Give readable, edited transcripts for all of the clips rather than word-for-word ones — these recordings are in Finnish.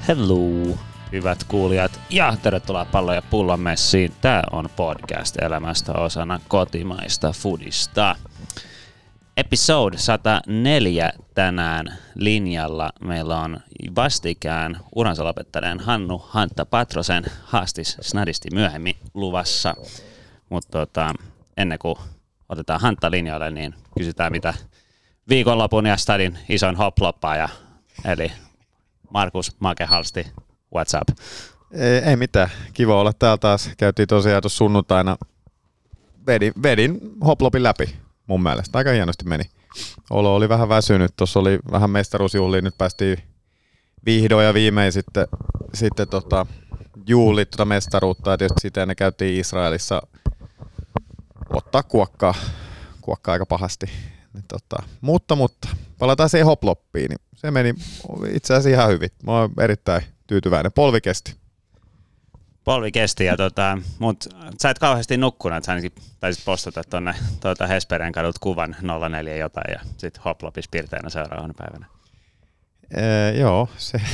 Hello, hyvät kuulijat, ja tervetuloa Pallon ja Pullon messiin. Tää on podcast elämästä osana kotimaista foodista. Episode 104 tänään linjalla. Meillä on vastikään uransa lopettaneen Hannu Hantta Patrosen haastis snadisti myöhemmin luvassa. Mutta ennen kuin otetaan Hantta linjalle, niin kysytään mitä viikonlopun ja stadin isoin hoploppaaja, eli Markus Makehalsti, what's up? Ei mitään. Kiva olla täällä taas. Käytiin tosiaan tuossa sunnuntaina. Vedin hoplopin läpi mun mielestä. Aika hienosti meni. Olo oli vähän väsynyt. Tuossa oli vähän mestaruusjuhliin. Nyt päästiin vihdoin ja viimein sitten juhlit mestaruutta. Ja tietysti sitten ne käytiin Israelissa ottaa kuokkaa aika pahasti. Mutta palataan siihen hoploppiin. Niin se meni itse asiassa ihan hyvin. Mä oon erittäin tyytyväinen. Polvi kesti. Polvi kesti, mutta sä et kauheasti nukkunut, että sä ainakin taisit postata tuonne Hesperen kadulta kuvan 04 jotain ja sitten hoplopis pirteänä seuraavana päivänä. Joo,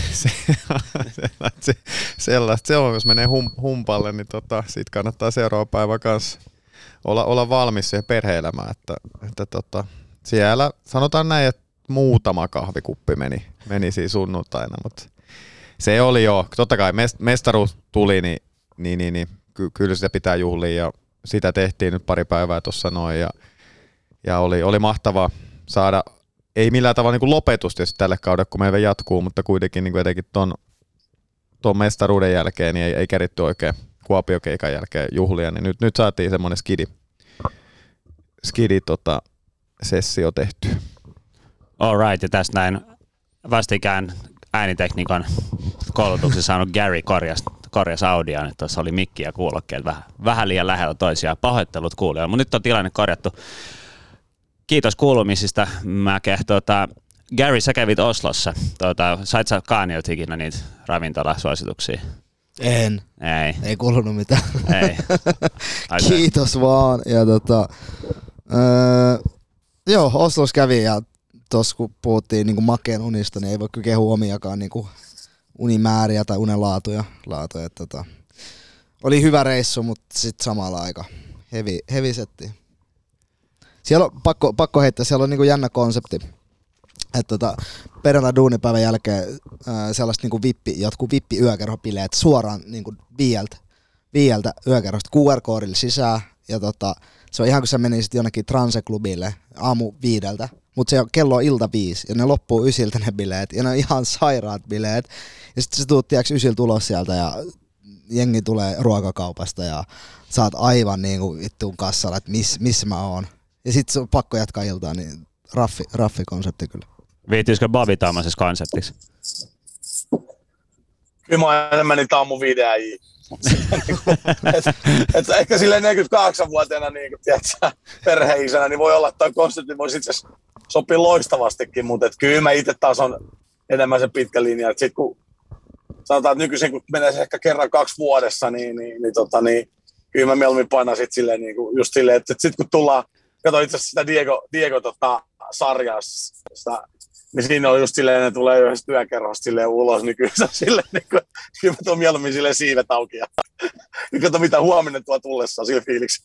sellaista se on, jos menee humpalle, niin siitä kannattaa seuraava päivä kanssa olla valmis siihen perhe-elämään, että siellä sanotaan näin, että muutama kahvikuppi meni siinä sunnuntaina, mutta se oli jo, totta kai mestaruus tuli, niin kyllä sitä pitää juhlia ja sitä tehtiin nyt pari päivää tuossa noin ja oli mahtavaa saada, ei millään tavalla niin kuin lopetus tietysti tälle kaudelle, kun meillä jatkuu, mutta kuitenkin niin kuin etenkin ton mestaruuden jälkeen niin ei keritty oikein Kuopiokeikan jälkeen juhlia, niin nyt saatiin semmoinen skidi sessio tehty. All right, ja tästä näin vastikään äänitekniikan koulutuksessa saanut Gary korjasi audioon, että tuossa oli mikki ja kuulokkeet vähän liian lähellä toisiaan. Pahoittelut kuulijoille, mutta nyt on tilanne korjattu. Kiitos kuulumisista, Mäke. Gary, sä kävit Oslossa. Sait sä Kaaniot ikinä niitä ravintolasuosituksia? En. Ei kuulunut mitään. Ei. Kiitos vaan. Ja joo, Oslossa kävin ja tuossa kun puhuttiin niin makeen unista, niin ei voi kyllä kehua omiakaan niin unimääriä tai unenlaatuja. Oli hyvä reissu, mutta sitten samalla aika heavy setti. Siellä on pakko heittää, siellä on niin jännä konsepti. Että perjantai duunipäivän jälkeen sellaista niin jotkut vippi-yökerhopileet suoraan niin viieltä yökerhosta QR-koodille sisään. Ja se on ihan kuin sä menisit jonnekin transeklubille aamu 5, mutta se on kello ilta 5 ja ne loppuu 9 ne bileet ja ne on ihan sairaat bileet. Ja sitten sä tuut 9 ulos sieltä ja jengi tulee ruokakaupasta ja saat aivan niinku vittuun kassalla, että missä mä oon. Ja sit se on pakko jatkaa iltaa, niin raffi konsepti kyllä. Viittyisikö Bobby tämmöisessä konseptissa? Kyllä mä oon enemmän niitä aamuvideäjiä. Ehkä silleen 48-vuotiaana niin perheisänä, niin voi olla, että toi konsepti voisi itse asiassa sopia loistavastikin, mutta kyllä mä itse taas on enemmän se pitkä linja. Sitten kun sanotaan, että nykyisin kun menee se ehkä kerran 2 vuodessa, niin kyllä mä mieluummin painan sit silleen, niin kuin just silleen, että sitten kun tullaan, kato itse asiassa sitä Diego sarjaa, niin siinä on just silleen, ne tulee yhdessä työkerrosta silleen ulos, niin kyllä mä tuon mieluummin silleen siivet auki. Ja kato mitä huominen tuo tullessa, sillä fiiliksi.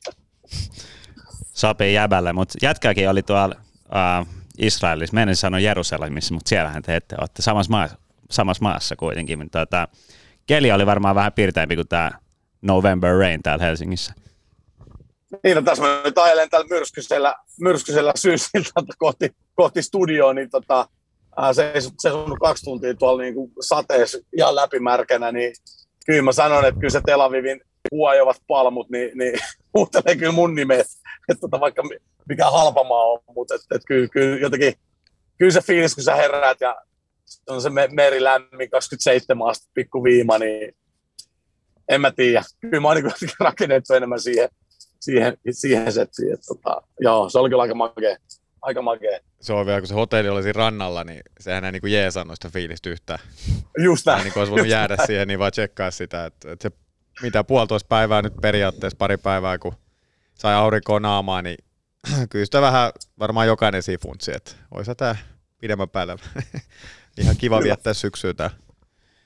Sopii jäbälle, mutta jätkäkin oli tuolla Israelissa, mä en sano Jerusalemissa, mutta siellähän te olette samassa maassa kuitenkin. Keli oli varmaan vähän pirteämpi kuin tämä November Rain täällä Helsingissä. Niin, no tässä mä nyt ajelen täällä myrskyisellä syysiltä kohti studioon, niin se on 2 tuntia tuolla niin kuin sateessa ihan läpimärkänä, niin kyllä mä sanon, että kyllä se Tel Avivin huojovat palmut, niin huutelee kyllä mun nimeä, että vaikka mikä halpa maa on, mutta kyllä jotenkin, kyllä se fiilis, kun sä heräät ja on se meri lämmin 27 astetta pikku viima, niin en mä tiedä. Kyllä mä oon niin rakennettu enemmän siihen settiin, että joo, se oli kyllä aika makea. Se on vielä, kun se hotelli oli siinä rannalla, niin sehän ei niin kuin jeesannut sitä fiilistä yhtään. Just näin. Niin kuin olisi voinut jäädä siihen, niin vaan tsekkaa sitä, että se mitä 1,5 päivää nyt periaatteessa, 2 päivää, kun sai aurinkoa naamaa, niin kyllä sitä vähän varmaan jokainen sifuntsi, että olisi tämä pidemmän päällä ihan kiva viettää syksyä tää.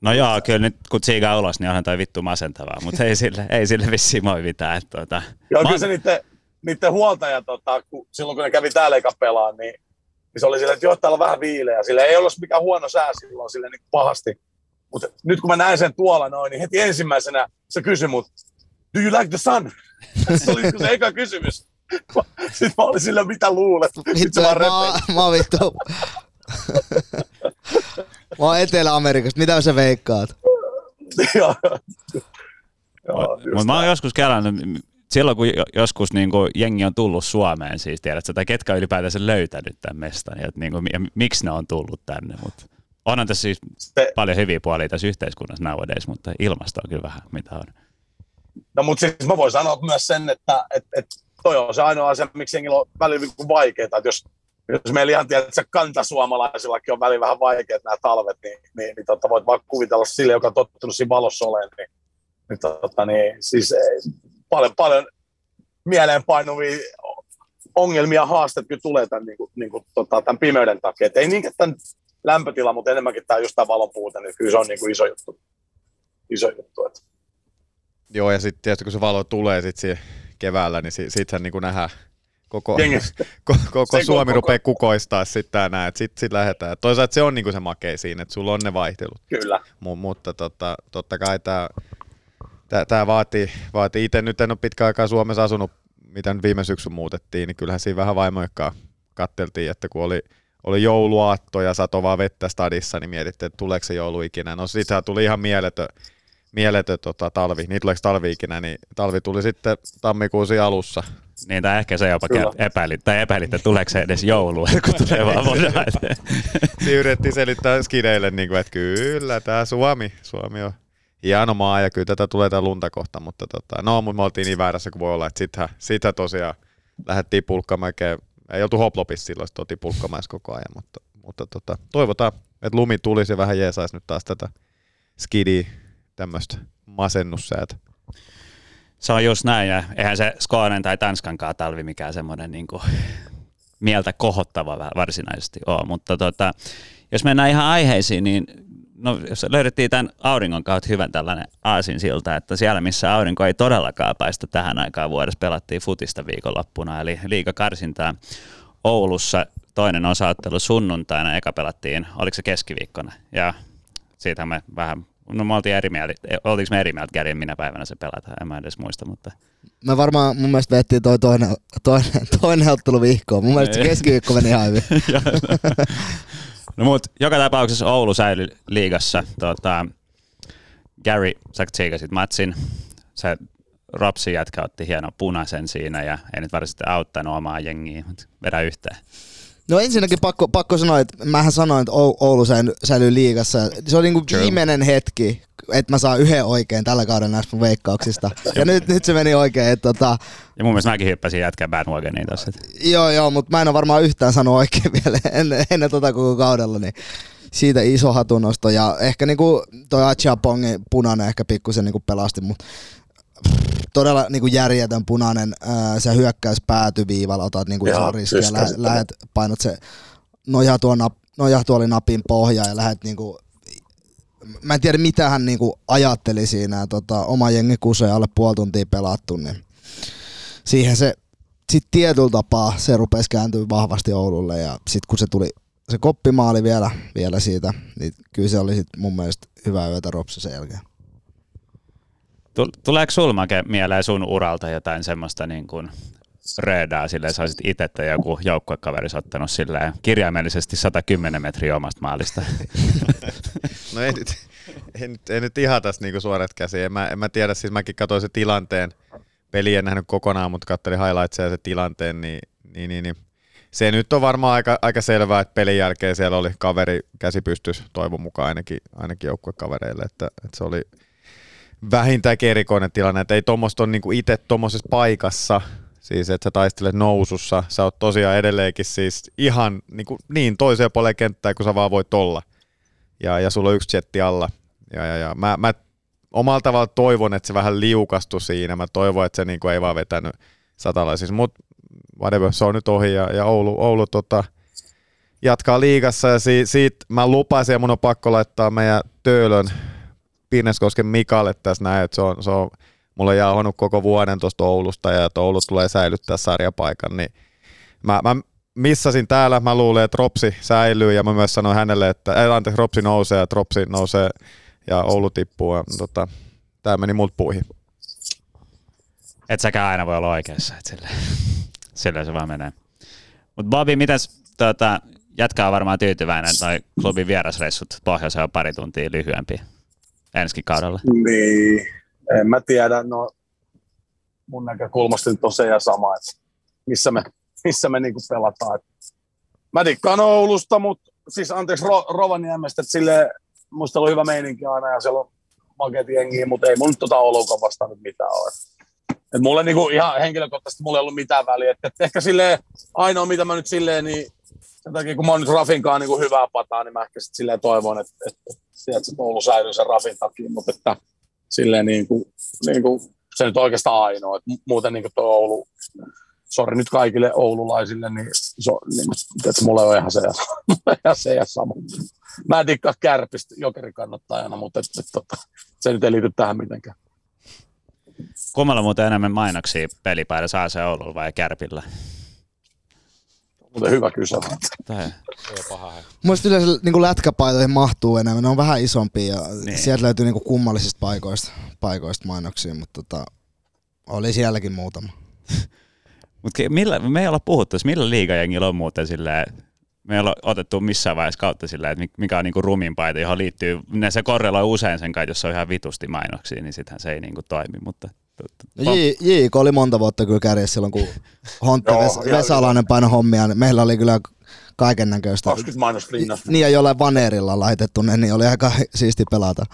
No joo, kyllä nyt kun tsiigaa ulos, niin onhan toi vittu masentavaa, mutta ei sille vissiin moi mitään. Joo, kyllä se niiden huoltaja, silloin kun ne kävi täällä eikä pelaa, niin se oli silleen, että joo, täällä on vähän viileä. Sillä ei ollut mikään huono sää silloin silleen niin pahasti. Mutta nyt kun mä näin sen tuolla noin, niin heti ensimmäisenä se kysyi mut, do you like the sun? Se oli se eka kysymys. Sitten mä olin silleen, mitä luulet? Vittu, mä oon vittu. Mä oon Etelä-Amerikasta, mitä sä veikkaat? Mutta mä oon joskus kelannut, silloin kun joskus niin kun jengi on tullut Suomeen, siis tiedätkö, tai ketkä ylipäätänsä löytänyt tämän mestan, ja, niin kun, ja miksi ne on tullut tänne, mutta onhan tässä siis paljon hyviä puolia tässä yhteiskunnassa nowadays, mutta ilmasto on kyllä vähän mitä on. No mutta siis mä voin sanoa myös sen, että toi on se ainoa asia, miksi jengillä on välillä vaikeaa, että jos meillä ihan tiedät, että kantasuomalaisillakin on välillä vähän vaikeat nämä talvet, niin voit vaan kuvitella sille, joka on tottunut siinä valossa olemaan, niin siis paljon mieleenpainuvia ongelmia ja haasteet kyllä tulee tämän pimeyden takia. Et ei niinkään tämän lämpötila, mutta enemmänkin just tämä valon puute, niin kyllä se on niin kuin iso juttu. Että. Joo, ja sitten tietysti kun se valo tulee sit keväällä, niin sittenhän niin nähdään koko Suomi rupeaa kukoistaa sitten näin, että sitten lähdetään. Toisaalta se on niin kuin se makea siinä, että sulla on ne vaihtelut. Kyllä. Mutta totta kai tämä vaatii. Itse nyt en ole pitkä aikaa Suomessa asunut, mitä nyt viime syksyn muutettiin, niin kyllähän siinä vähän vaimoikkaa katteltiin, että kun oli jouluaatto ja satovaa vettä stadissa, niin mietittiin, että tuleeko se joulu ikinä. No sittenhän tuli ihan mieletön talvi. Niin tuleeko talvi ikinä, niin talvi tuli sitten tammikuusi alussa. Niin, tai ehkä se jopa epäilit, että tuleeko se edes joulu, kun tulee vaan voidaan. Siinä yritettiin selittää skideille, että kyllä, tämä Suomi on hieno maa ja kyllä tätä tulee lunta kohta, mutta mutta me oltiin niin väärässä kuin voi olla, että sitä tosiaan lähdettiin pulkkamaan, ei oltu hoplopissa silloin, että oltiin pulkkamaan koko ajan, mutta toivotaan, että lumi tulisi ja vähän jeesaisi nyt taas tätä skidiä, tämmöistä masennussäätä. Se on just näin, ja eihän se Skånen tai Tanskankaan talvi mikään semmoinen niin kuin mieltä kohottava varsinaisesti ole, mutta jos mennään ihan aiheisiin, niin no, jos löydettiin tämän auringon kautta hyvän tällainen aasinsilta, että siellä missä aurinko ei todellakaan paista tähän aikaan vuodessa, pelattiin futista viikonloppuna, eli liigakarsintaa Oulussa, toinen osaaottelu sunnuntaina, eka pelattiin, oliko se keskiviikkona, ja siitä me vähän, no me oltiin eri mieltä, oltiinko me eri mieltä Gary, minä päivänä se pelataan, en mä edes muista, mutta. Me varmaan mun mielestä vettiin toi toinen ottelu vihkoon, mun mielestä se keskiviikko meni ihan hyvin. No mut joka tapauksessa Oulu säilyi liigassa. Gary, sä tsiikasit matsin. Se Ropsin jätkä otti hienon punaisen siinä ja ei nyt varsinaisesti auttanut omaa jengiä, mutta vedä yhteen. No ensinnäkin pakko sanoa, että mähän sanoin, että Oulu säilyy liigassa. Se on niinku viimeinen hetki, että mä saan yhden oikein tällä kauden näistä veikkauksista. Ja nyt se meni oikein. Ja mun mielestä mäkin hyppäsin jätkän bandwagoniin tossa. Joo, mutta mä en ole varmaan yhtään sanonut oikein vielä ennen koko kaudella. Niin siitä iso hatunnosto. Ja ehkä niinku toi Achiapongin punainen ehkä pikkusen niinku pelasti mut. Todella niinku järjetön punainen, se hyökkäys päätyviivalla, otat niinku iso riski ja lähet painot se nojatuolinapin pohjaan ja lähet niinku, mä en tiedä mitä hän niinku ajatteli siinä, oma jengi kusee alle puoli tuntia pelattu, niin siihen se sit tietyllä tapaa se rupesi kääntyä vahvasti Oululle ja sit kun se tuli se koppimaali vielä siitä, niin kyllä se oli sit mun mielestä hyvä yötä Ropsi sen jälkeen. Tuleeko sulla mieleen sun uralta jotain semmoista niin kuin röödaa silleen, sä olisit itse tai joku joukkuekaverisi ottanut silleen kirjaimellisesti 110 metriä omasta maalista? No ei nyt ihan tässä niinku suorat käsiä. En mä tiedä, siis mäkin katsoin se tilanteen. Peli en nähnyt kokonaan, mutta katselin highlightsia ja se tilanteen, niin. Se nyt on varmaan aika selvää, että pelin jälkeen siellä oli kaveri käsipystys toivon mukaan ainakin joukkuekavereille, että se oli vähintäänkin erikoinen tilanne, että ei tuommoista ole niinku itse tuommoisessa paikassa, siis että sä taistelet nousussa, sä oot tosiaan edelleenkin siis ihan niin toiseen puoleen kenttää, kun sä vaan voit olla. Ja sulla on yksi jetti alla. Ja mä omalla tavalla toivon, että se vähän liukastui siinä. Mä toivon, että se niinku ei vaan vetänyt satalaisissa, mutta whatever, se on nyt ohi. Ja Oulu jatkaa liigassa ja siitä mä lupasin ja mun on pakko laittaa meidän Töölön Pinneskosken Mikalle tässä näin, että se on mulle jauhannut koko vuoden tuosta Oulusta ja että Oulu tulee säilyttää sarjapaikan, niin mä missasin täällä, mä luulin, että Ropsi säilyy ja mä myös sanoin hänelle, että Ropsi nousee ja Tropsi nousee ja Oulu tippuu ja tää meni multa puihin. Et säkään aina voi olla oikeassa, että sillä se vaan menee. Mut Bobby, mitäs jätkä on varmaan tyytyväinen, että noi klubin vierasreissut pohjoiseen on pari tuntia lyhyempiä ensi kaudella? Niin, en mä tiedä, no mun näkökulmasta nyt on se ja sama, että missä me niinku pelataan. Mä dikkaan Oulusta, mutta siis anteeksi Rovaniemestä, että silleen musta on hyvä meininki aina ja siellä on makeat jengiä, mutta ei mun nyt Oulukaan vastaan nyt mitään ole. Et mulle niinku ihan henkilökohtaisesti mulla ei ollut mitään väliä. Et ehkä silleen ainoa mitä mä nyt silleen, niin sen takia kun mä oon nyt Rafinkaan niinku hyvää pataa, niin mä ehkä sit silleen toivon, että sieltä se Oulu säilyy sen Rafin takia, mutta että silleen niinku se nyt oikeastaan ainoa. Et muuten niinku tuo Oulu, sori nyt kaikille oululaisille, niin että mulle on ihan se ja sama. Mä en dikkaa Kärpistä jokerikannattajana, mutta se nyt ei liity tähän mitenkään. Kummalla muuten enemmän mainoksia pelipaidassa AC Oululla vai Kärpillä? Muuten hyvä kysymys. Mielestäni yleensä niin lätkäpaitoihin mahtuu enemmän, ne on vähän isompia ja niin. Sieltä löytyy niin kummallisista paikoista mainoksia, mutta oli sielläkin muutama. Mutta me ei olla puhuttu, millä liigajengillä on muuten silleen, me ei olla otettu missään vaiheessa kautta silleen, että mikä on niinku rumin paita, johon liittyy, se korreloi usein sen kai, jos on ihan vitusti mainoksia, niin sittenhän se ei niinku toimi, mutta... JK oli monta vuotta kyllä kärjessä silloin, kun Hontte Vesalainen paino hommia, niin meillä oli kyllä kaiken näköistä. 20 mainoslinnasta. Niin ja jollain vaneerilla laitettu ne, niin oli aika siisti pelata.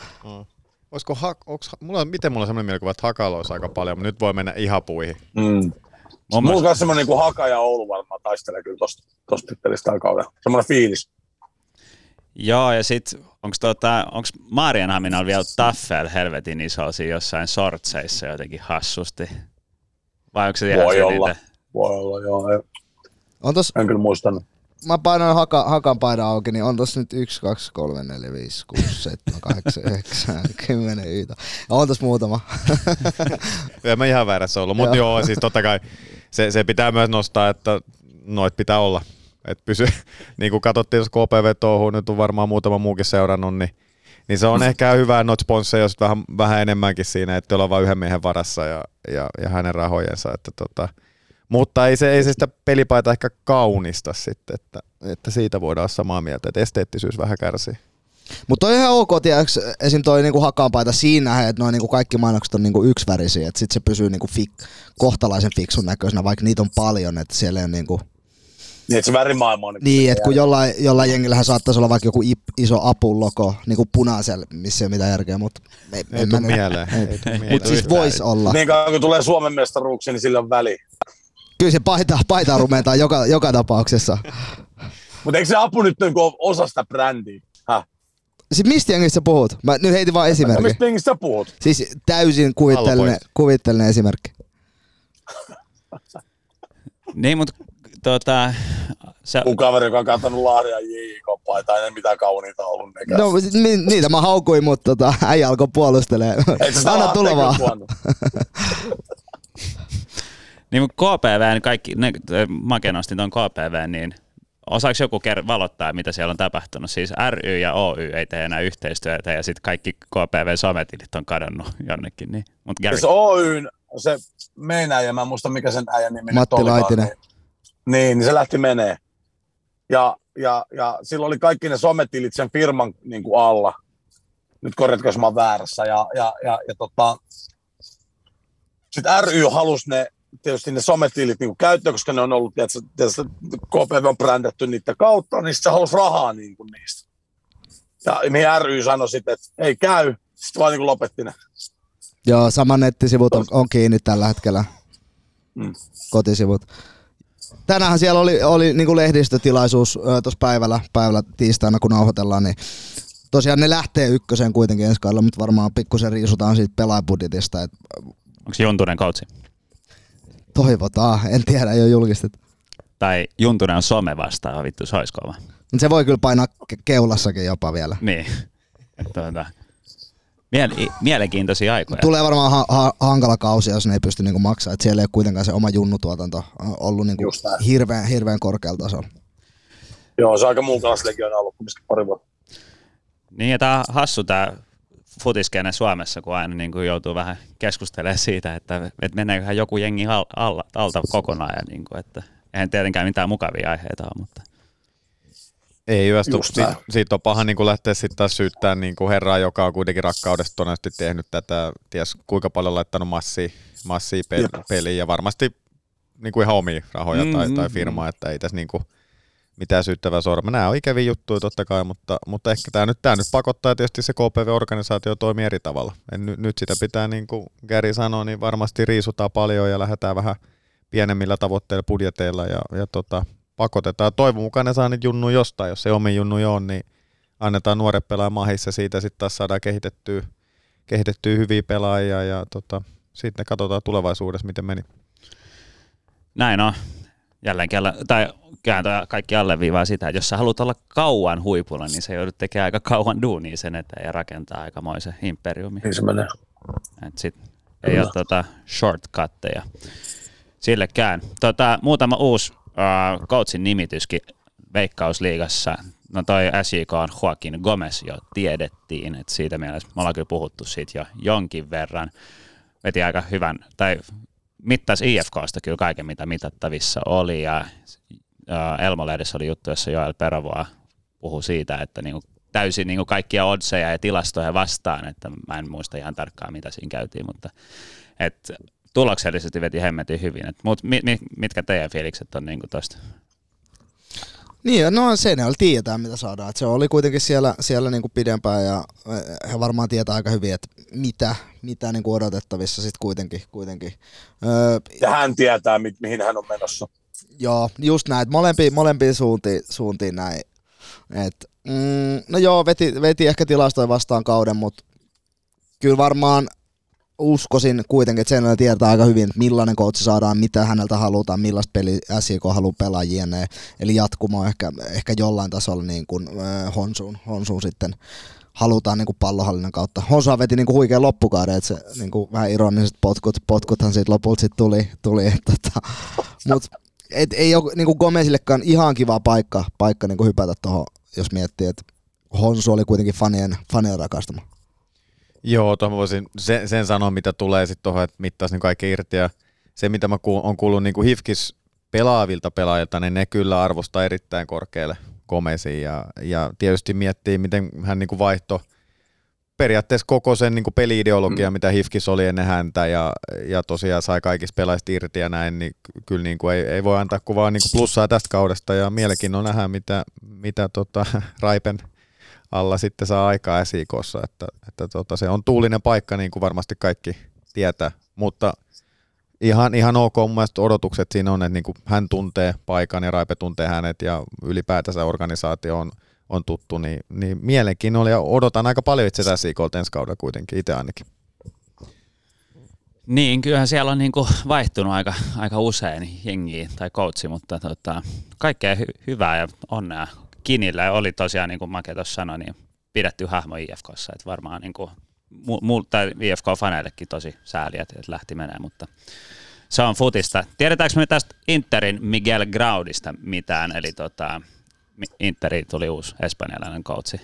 Miten mulla on sellainen mielikuva, että Hakalla olisi aika paljon, mutta nyt voi mennä ihan puihin. Mulla on myös semmoinen niin Haka ja Oulu varmaan taistelee kyllä tosta tittelistä tällä kaudella. Semmoinen fiilis. Joo, ja sit onks Maarianhaminalla vielä Taffel helvetin iso siinä jossain sortseissa jotenkin hassusti? Vai onko se ihan Voi olla, joo. En kyllä muistanut. Mä painoin Hakan paidan auki, niin on tossa nyt 1, 2, 3, 4, 5, 6, 7, 8, 9, 10 yitä. Ja on tossa muutama. Ja mä ihan väärässä ollut, mutta joo, siis totta kai se pitää myös nostaa, että noit pitää olla. Että niin kuin katsottiin, jos KPV-touhuun, nyt on varmaan muutama muukin seurannut, niin se on ehkä hyvä, että noita sponsseja olisi vähän enemmänkin siinä, että ollaan vain yhden miehen varassa ja hänen rahojensa. Mutta ei se sitä pelipaita ehkä kaunista sitten, että siitä voidaan olla samaa mieltä, että esteettisyys vähän kärsii. Mutta on ihan ok, tiedäks, esim. Toi niinku Hakanpaita siinä, että noin niinku kaikki mainokset on niinku yksivärisiä, että sit se pysyy niinku kohtalaisen fiksun näköisenä, vaikka niitä on paljon, että siellä on niinku... Niin, että se värimaailma on... Niin, että kun jollain jengillähän saattaisi olla vaikka joku iso Apple-logo niinku punaisella, missä ei ole mitään järkeä, mutta... Ei tule mieleen. Mutta siis voisi olla. Niin kauan kun tulee Suomen mestaruuksia, niin sillä on väliä. Kyllä se paitaa rumentaa joka tapauksessa. Mutta eikö se Apu nyt ole osa sitä brändiä? Siis mistä jengistä sä puhut? Mä nyt heitin vaan esimerkki. Mistä jengistä sä puhut? Siis täysin kuvitteellinen esimerkki. Niin, mutta Mun kaveri, joka on kantanut Lahden JK-paitaa, ei mitään kauniita ollut. No niitä mä haukuin, mutta äijä alkoi puolustelemaan. Anna tulla vaan. Niin, mutta KPV, kaikki, Make nosti tuon KPV, niin osaako joku valottaa, mitä siellä on tapahtunut? Siis ry ja Oy ei tee enää yhteistyötä ja sitten kaikki KPV-sometilit on kadonnut jonnekin. Niin. Siis Oyn, se meinaaja, mä en muista mikä sen äijän nimi Matti Laitinen. Niin se lähti menee. Ja silloin oli kaikki ne sometilit sen firman niin kuin alla. Nyt korjatko, jos mä oon väärässä. Sitten ry halusi tietysti ne sometilit niin käyttöön, koska ne on ollut, tietysti KPV on brändätty niiden kautta, niin se halusi rahaa niin kuin niistä. Ja mihin ry sanoi sitten, että ei käy, sitten vaan niin kuin lopetti ne. Joo, sama nettisivut on kiinni tällä hetkellä, kotisivut. Tänäänhän siellä oli niin kuin lehdistötilaisuus tuossa päivällä tiistaina, kun nauhoitellaan, niin tosiaan ne lähtee ykköseen kuitenkin ensi kaudella, mutta varmaan pikkusen riisutaan siitä pelaajabudjetista. Onko se Juntunen kautsi? Toivotaan, en tiedä, ei ole julkistettu. tai Juntunen some vastaan, vittu, se olisi kova. Se voi kyllä painaa keulassakin jopa vielä. Niin. Mielenkiintoisia aikoja. Tulee varmaan hankala kausi, jos ne ei pysty niinku maksamaan. Et siellä ei ole kuitenkaan se oma junnutuotanto ollut niinku hirveän korkealla tasolla. Joo, se on aika muukalaislegioona ollut kumminkin pari vuotta. Niin, ja tämä on hassu tämä futiskene Suomessa, kun aina niin kuin joutuu vähän keskustelemaan siitä, että meneeköhän joku jengi alta kokonaan. Ja niin kuin, että eihän tietenkään mitään mukavia aiheita ole, mutta... Ei hyvästu. Siitä on paha niin lähteä sitten taas syyttää niin herraa, joka on kuitenkin rakkaudesta todennäköisesti tehnyt tätä, ties kuinka paljon laittanut massia peliin ja varmasti niin kuin ihan omia rahoja tai firmaa, että ei tässä niin kuin mitään syyttävää sorma. Nämä on ikäviä juttuja totta kai, mutta ehkä tämä nyt pakottaa tietysti se KPV-organisaatio toimii eri tavalla. Nyt sitä pitää, niin kuin Gary sanoi, niin varmasti riisutaan paljon ja lähdetään vähän pienemmillä tavoitteilla, budjeteilla ja pakotetaan. Toivon mukaan ne saa niitä junnuja jostain. Jos ei omin junnuja on, niin annetaan nuoret pelaa mahissa. Siitä sitten taas saadaan kehitettyä hyviä pelaajia ja sitten katsotaan tulevaisuudessa, miten meni. Näin on. Jälleen kääntää kaikki alleviivaa sitä, että jos sä haluat olla kauan huipulla, niin se joudut tekemään aika kauan duunia sen eteen ja rakentaa aikamoisen imperiumin. Niin se menee. Ei ole shortcutteja sillekään. Muutama uusi coachin nimityskin Veikkausliigassa. No toi SJK on Joaquin Gomez jo tiedettiin, että siitä mielessä me ollaan kyllä puhuttu siitä jo jonkin verran. Veti aika hyvän, tai mittasi IFKsta kyllä kaiken, mitä mitattavissa oli, ja Elmo-lehdessä oli juttu, jossa Joel Peravoa puhui siitä, että niinku täysin niinku kaikkia oddseja ja tilastoja vastaan, että mä en muista ihan tarkkaan, mitä siinä käytiin, mutta tuloksellisesti veti hemmetin hyvin. Mitkä teidän fiilikset on niinku tosta? Niin, no Seinäjoella tiedetään, mitä saadaan. Et se oli kuitenkin siellä niinku pidempään ja he varmaan tietää aika hyvin, että mitä niinku odotettavissa sitten kuitenkin. Ja hän tietää, mihin hän on menossa. Joo, just näin, molempiin suuntiin näin. No joo, veti ehkä tilastoja vastaan kauden, mutta kyllä varmaan uskoisin kuitenkin, että Seinäjoella tietää aika hyvin, että millainen coachi saadaan, mitä häneltä halutaan, millaista peliä SJK haluaa pelaa jne. Eli jatkumo ehkä jollain tasolla niin kuin Honsuun sitten halutaan niin kuin pallohallinnan kautta. Honsuhan veti niin kuin huikean loppukauden, että se niin kuin vähän ironiset potkuthan siitä lopulta sitten tuli mutta ei ole niin kuin Gomezillekaan ihan kiva paikka niin kuin hypätä tuohon, jos miettii, että Honsu oli kuitenkin fanien rakastama. Joo, tuohon voisin sen sanoa, mitä tulee sitten tuohon, että mittaisi niin kaikki irti. Ja se, mitä mä on kuullut niin HIFKis pelaavilta pelaajilta, niin ne kyllä arvostaa erittäin korkealle Gomezin. Ja tietysti miettii, miten hän niin kuin vaihtoi periaatteessa koko sen niin kuin peli-ideologia, mitä HIFKis oli ennen häntä. Ja tosiaan sai kaikista pelaajista irti ja näin, niin kyllä niin kuin ei voi antaa kuin vaan niin kuin plussaa tästä kaudesta. Ja mielenkiinnolla nähdään, mitä Raipen alla sitten saa aikaa SJK:ssa, että se on tuulinen paikka, niin kuin varmasti kaikki tietää, mutta ihan ok mun mielestä odotukset siinä on, että niin kuin hän tuntee paikan ja Raipe tuntee hänet ja ylipäätänsä organisaatio on tuttu, niin mielenkiinnolla ja odotan aika paljon itse SJK:lta ensi kaudella kuitenkin, itse ainakin. Niin, kyllähän siellä on niinku vaihtunut aika usein jengiä tai coachi, mutta kaikkea hyvää ja onnea. Kinille oli tosiaan, niin kuin Make tuossa sanoi, niin pidetty hahmo IFK:ssa, että varmaan niin kuin, tai IFK-faneillekin tosi sääli, että lähti menemään, mutta se on futista. Tiedetäänkö me tästä Interin Miguel Graudista mitään, eli Interi tuli uusi espanjalainen coachi.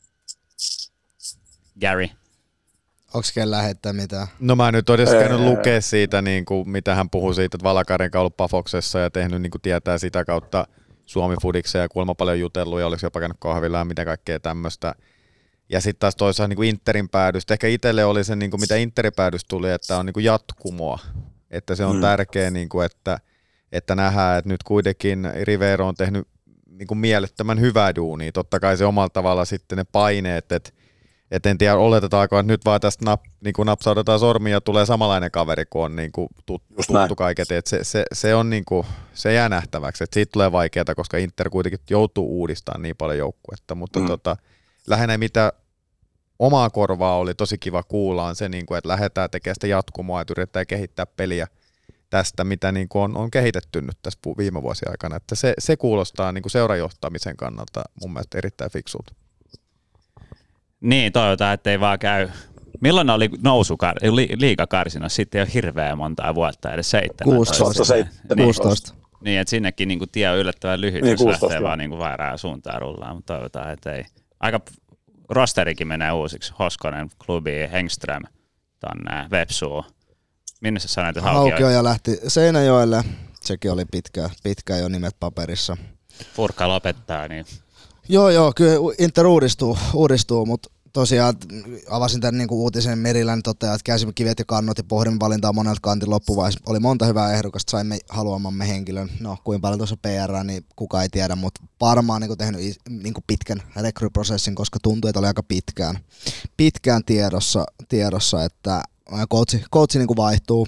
Gary. Onko kellään lähettää mitään? No mä nyt olen käynyt lukea siitä, niin kuin, mitä hän puhui siitä, että Valakarenka on ollut Pafoksessa ja tehnyt, niin kuin tietää sitä kautta Suomi-fudikseen ja kuulemma paljon jutellut ja olisi jopa käynyt kahvilla ja mitä kaikkea tämmöistä. Ja sitten taas toisaalta niin kuin Interin päädystä. Ehkä itselle oli se, niin kuin mitä Interin päädystä tuli, että on niin kuin jatkumoa. Että se on tärkeä, niin kuin, että nähdään, että nyt kuitenkin Rivero on tehnyt niin kuin mielettömän hyvää duunia. Totta kai se omalla tavalla sitten ne paineet, että en tiedä, oletetaanko, että nyt vaan tästä niin kuin napsautetaan sormia ja tulee samanlainen kaveri, kun on niin kuin tuttu kaiket. Että se on niin kuin, se jää nähtäväksi. Että siitä tulee vaikeaa, koska Inter kuitenkin joutuu uudistamaan niin paljon joukkuetta. Mutta lähinnä mitä omaa korvaa oli tosi kiva kuulla on se, niin kuin, että lähdetään tekemään sitä jatkumoa, että yritetään kehittää peliä tästä, mitä niin kuin on kehitetty nyt tässä viime vuosien aikana. Että se kuulostaa niin kuin seurajohtamisen kannalta mun mielestä erittäin fiksulta. Niin, toivotaan, ettei vaan käy. Milloin oli liigakarsina? Sitten ei ole hirveän montaa vuotta, edes 16. Niin, että sinnekin niin kuin tie on yllättävän lyhyt, niin, jos lähtee vaan niin kuin väärään suuntaan rullaan, mutta toivotaan, että ei. Aika rosterikin menee uusiksi. Hoskonen, Klubi, Hengström, tonne Vepsuun. Minne sä sanoit, että Haukioja lähti Seinäjoelle. Sekin oli pitkään jo nimet paperissa. Furkka lopettaa, niin... Joo, kyllä Inter uudistuu, mutta tosiaan avasin tämän niinku uutisen Merilän toteaa, että käsimme kivet ja kannot ja pohdimme valintaa monelta kantin loppuvaiheessa. Oli monta hyvää ehdokasta, saimme haluamamme henkilön. No, kuinka paljon tuossa PR, niin kukaan ei tiedä, mutta varmaan niinku tehnyt niinku pitkän rekryprosessin, koska tuntui, että oli aika pitkään tiedossa että coachi niinku vaihtuu.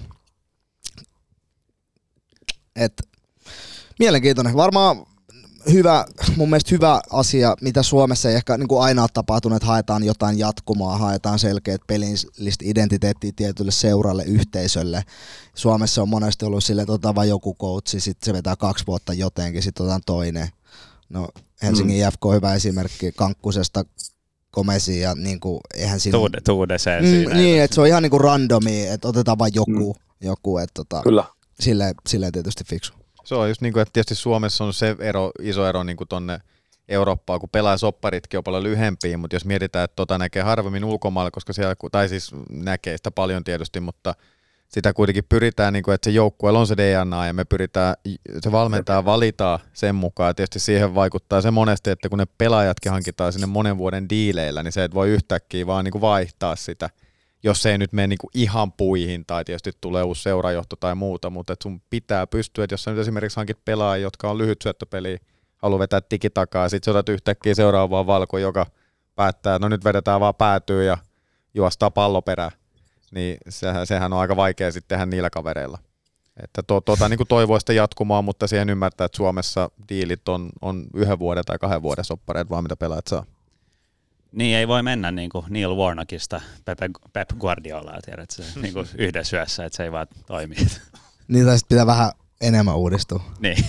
Et mielenkiintoinen. Varmaan mun mielestä hyvä asia, mitä Suomessa ei ehkä niin kuin aina ole tapahtunut, että haetaan jotain jatkumaa, haetaan selkeät pelillistä identiteettiä tietylle seuralle, yhteisölle. Suomessa on monesti ollut silleen, että otetaan vain joku coachi, sitten se vetää 2 vuotta jotenkin, sitten otetaan toinen. No Helsingin IFK on hyvä esimerkki Kankkusesta Gomesiin ja niin kuin, eihän siinä... Tuudeseen siinä. Niin, että se on ihan niin kuin randomi, että otetaan vain joku että Kyllä. Silleen tietysti fiksu. Se on just niin kuin, että tietysti Suomessa on se iso ero niin kuin tonne Eurooppaan, kun pelaaja-sopparitkin on paljon lyhempiä, mutta jos mietitään, että näkee harvemmin ulkomailla, koska siellä, tai siis näkee sitä paljon tietysti, mutta sitä kuitenkin pyritään, niin kuin, että se joukkueella on se DNA ja me pyritään, se valmentaa valitaan sen mukaan. Ja tietysti siihen vaikuttaa se monesti, että kun ne pelaajatkin hankitaan sinne monen vuoden diileillä, niin se et voi yhtäkkiä vaan niin kuin vaihtaa sitä, jos se ei nyt mene niin kuin ihan puihin tai tietysti tulee uusi seurajohto tai muuta, mutta että sun pitää pystyä, että jos sä nyt esimerkiksi hankit pelaajia, jotka on lyhyt syöttöpeliä, haluaa vetää tiki takaa, ja sitten sä otat yhtäkkiä seuraavaan valko, joka päättää, että no nyt vedetään vaan päätyy ja juostaa palloperää, niin sehän on aika vaikea sitten tehdä niillä kavereilla. Että niin kuin toivoo sitä jatkumaa, mutta siihen ymmärtää, että Suomessa diilit on 1 vuoden tai 2 vuoden soppareet vaan mitä pelaajat saa. Niin ei voi mennä niin kuin Neil Warnockista Pep Guardiolaa, tiedätkö, niin kuin yhdessä yössä, että se ei vaan toimi. Niin tai pitää vähän enemmän uudistua. Niin.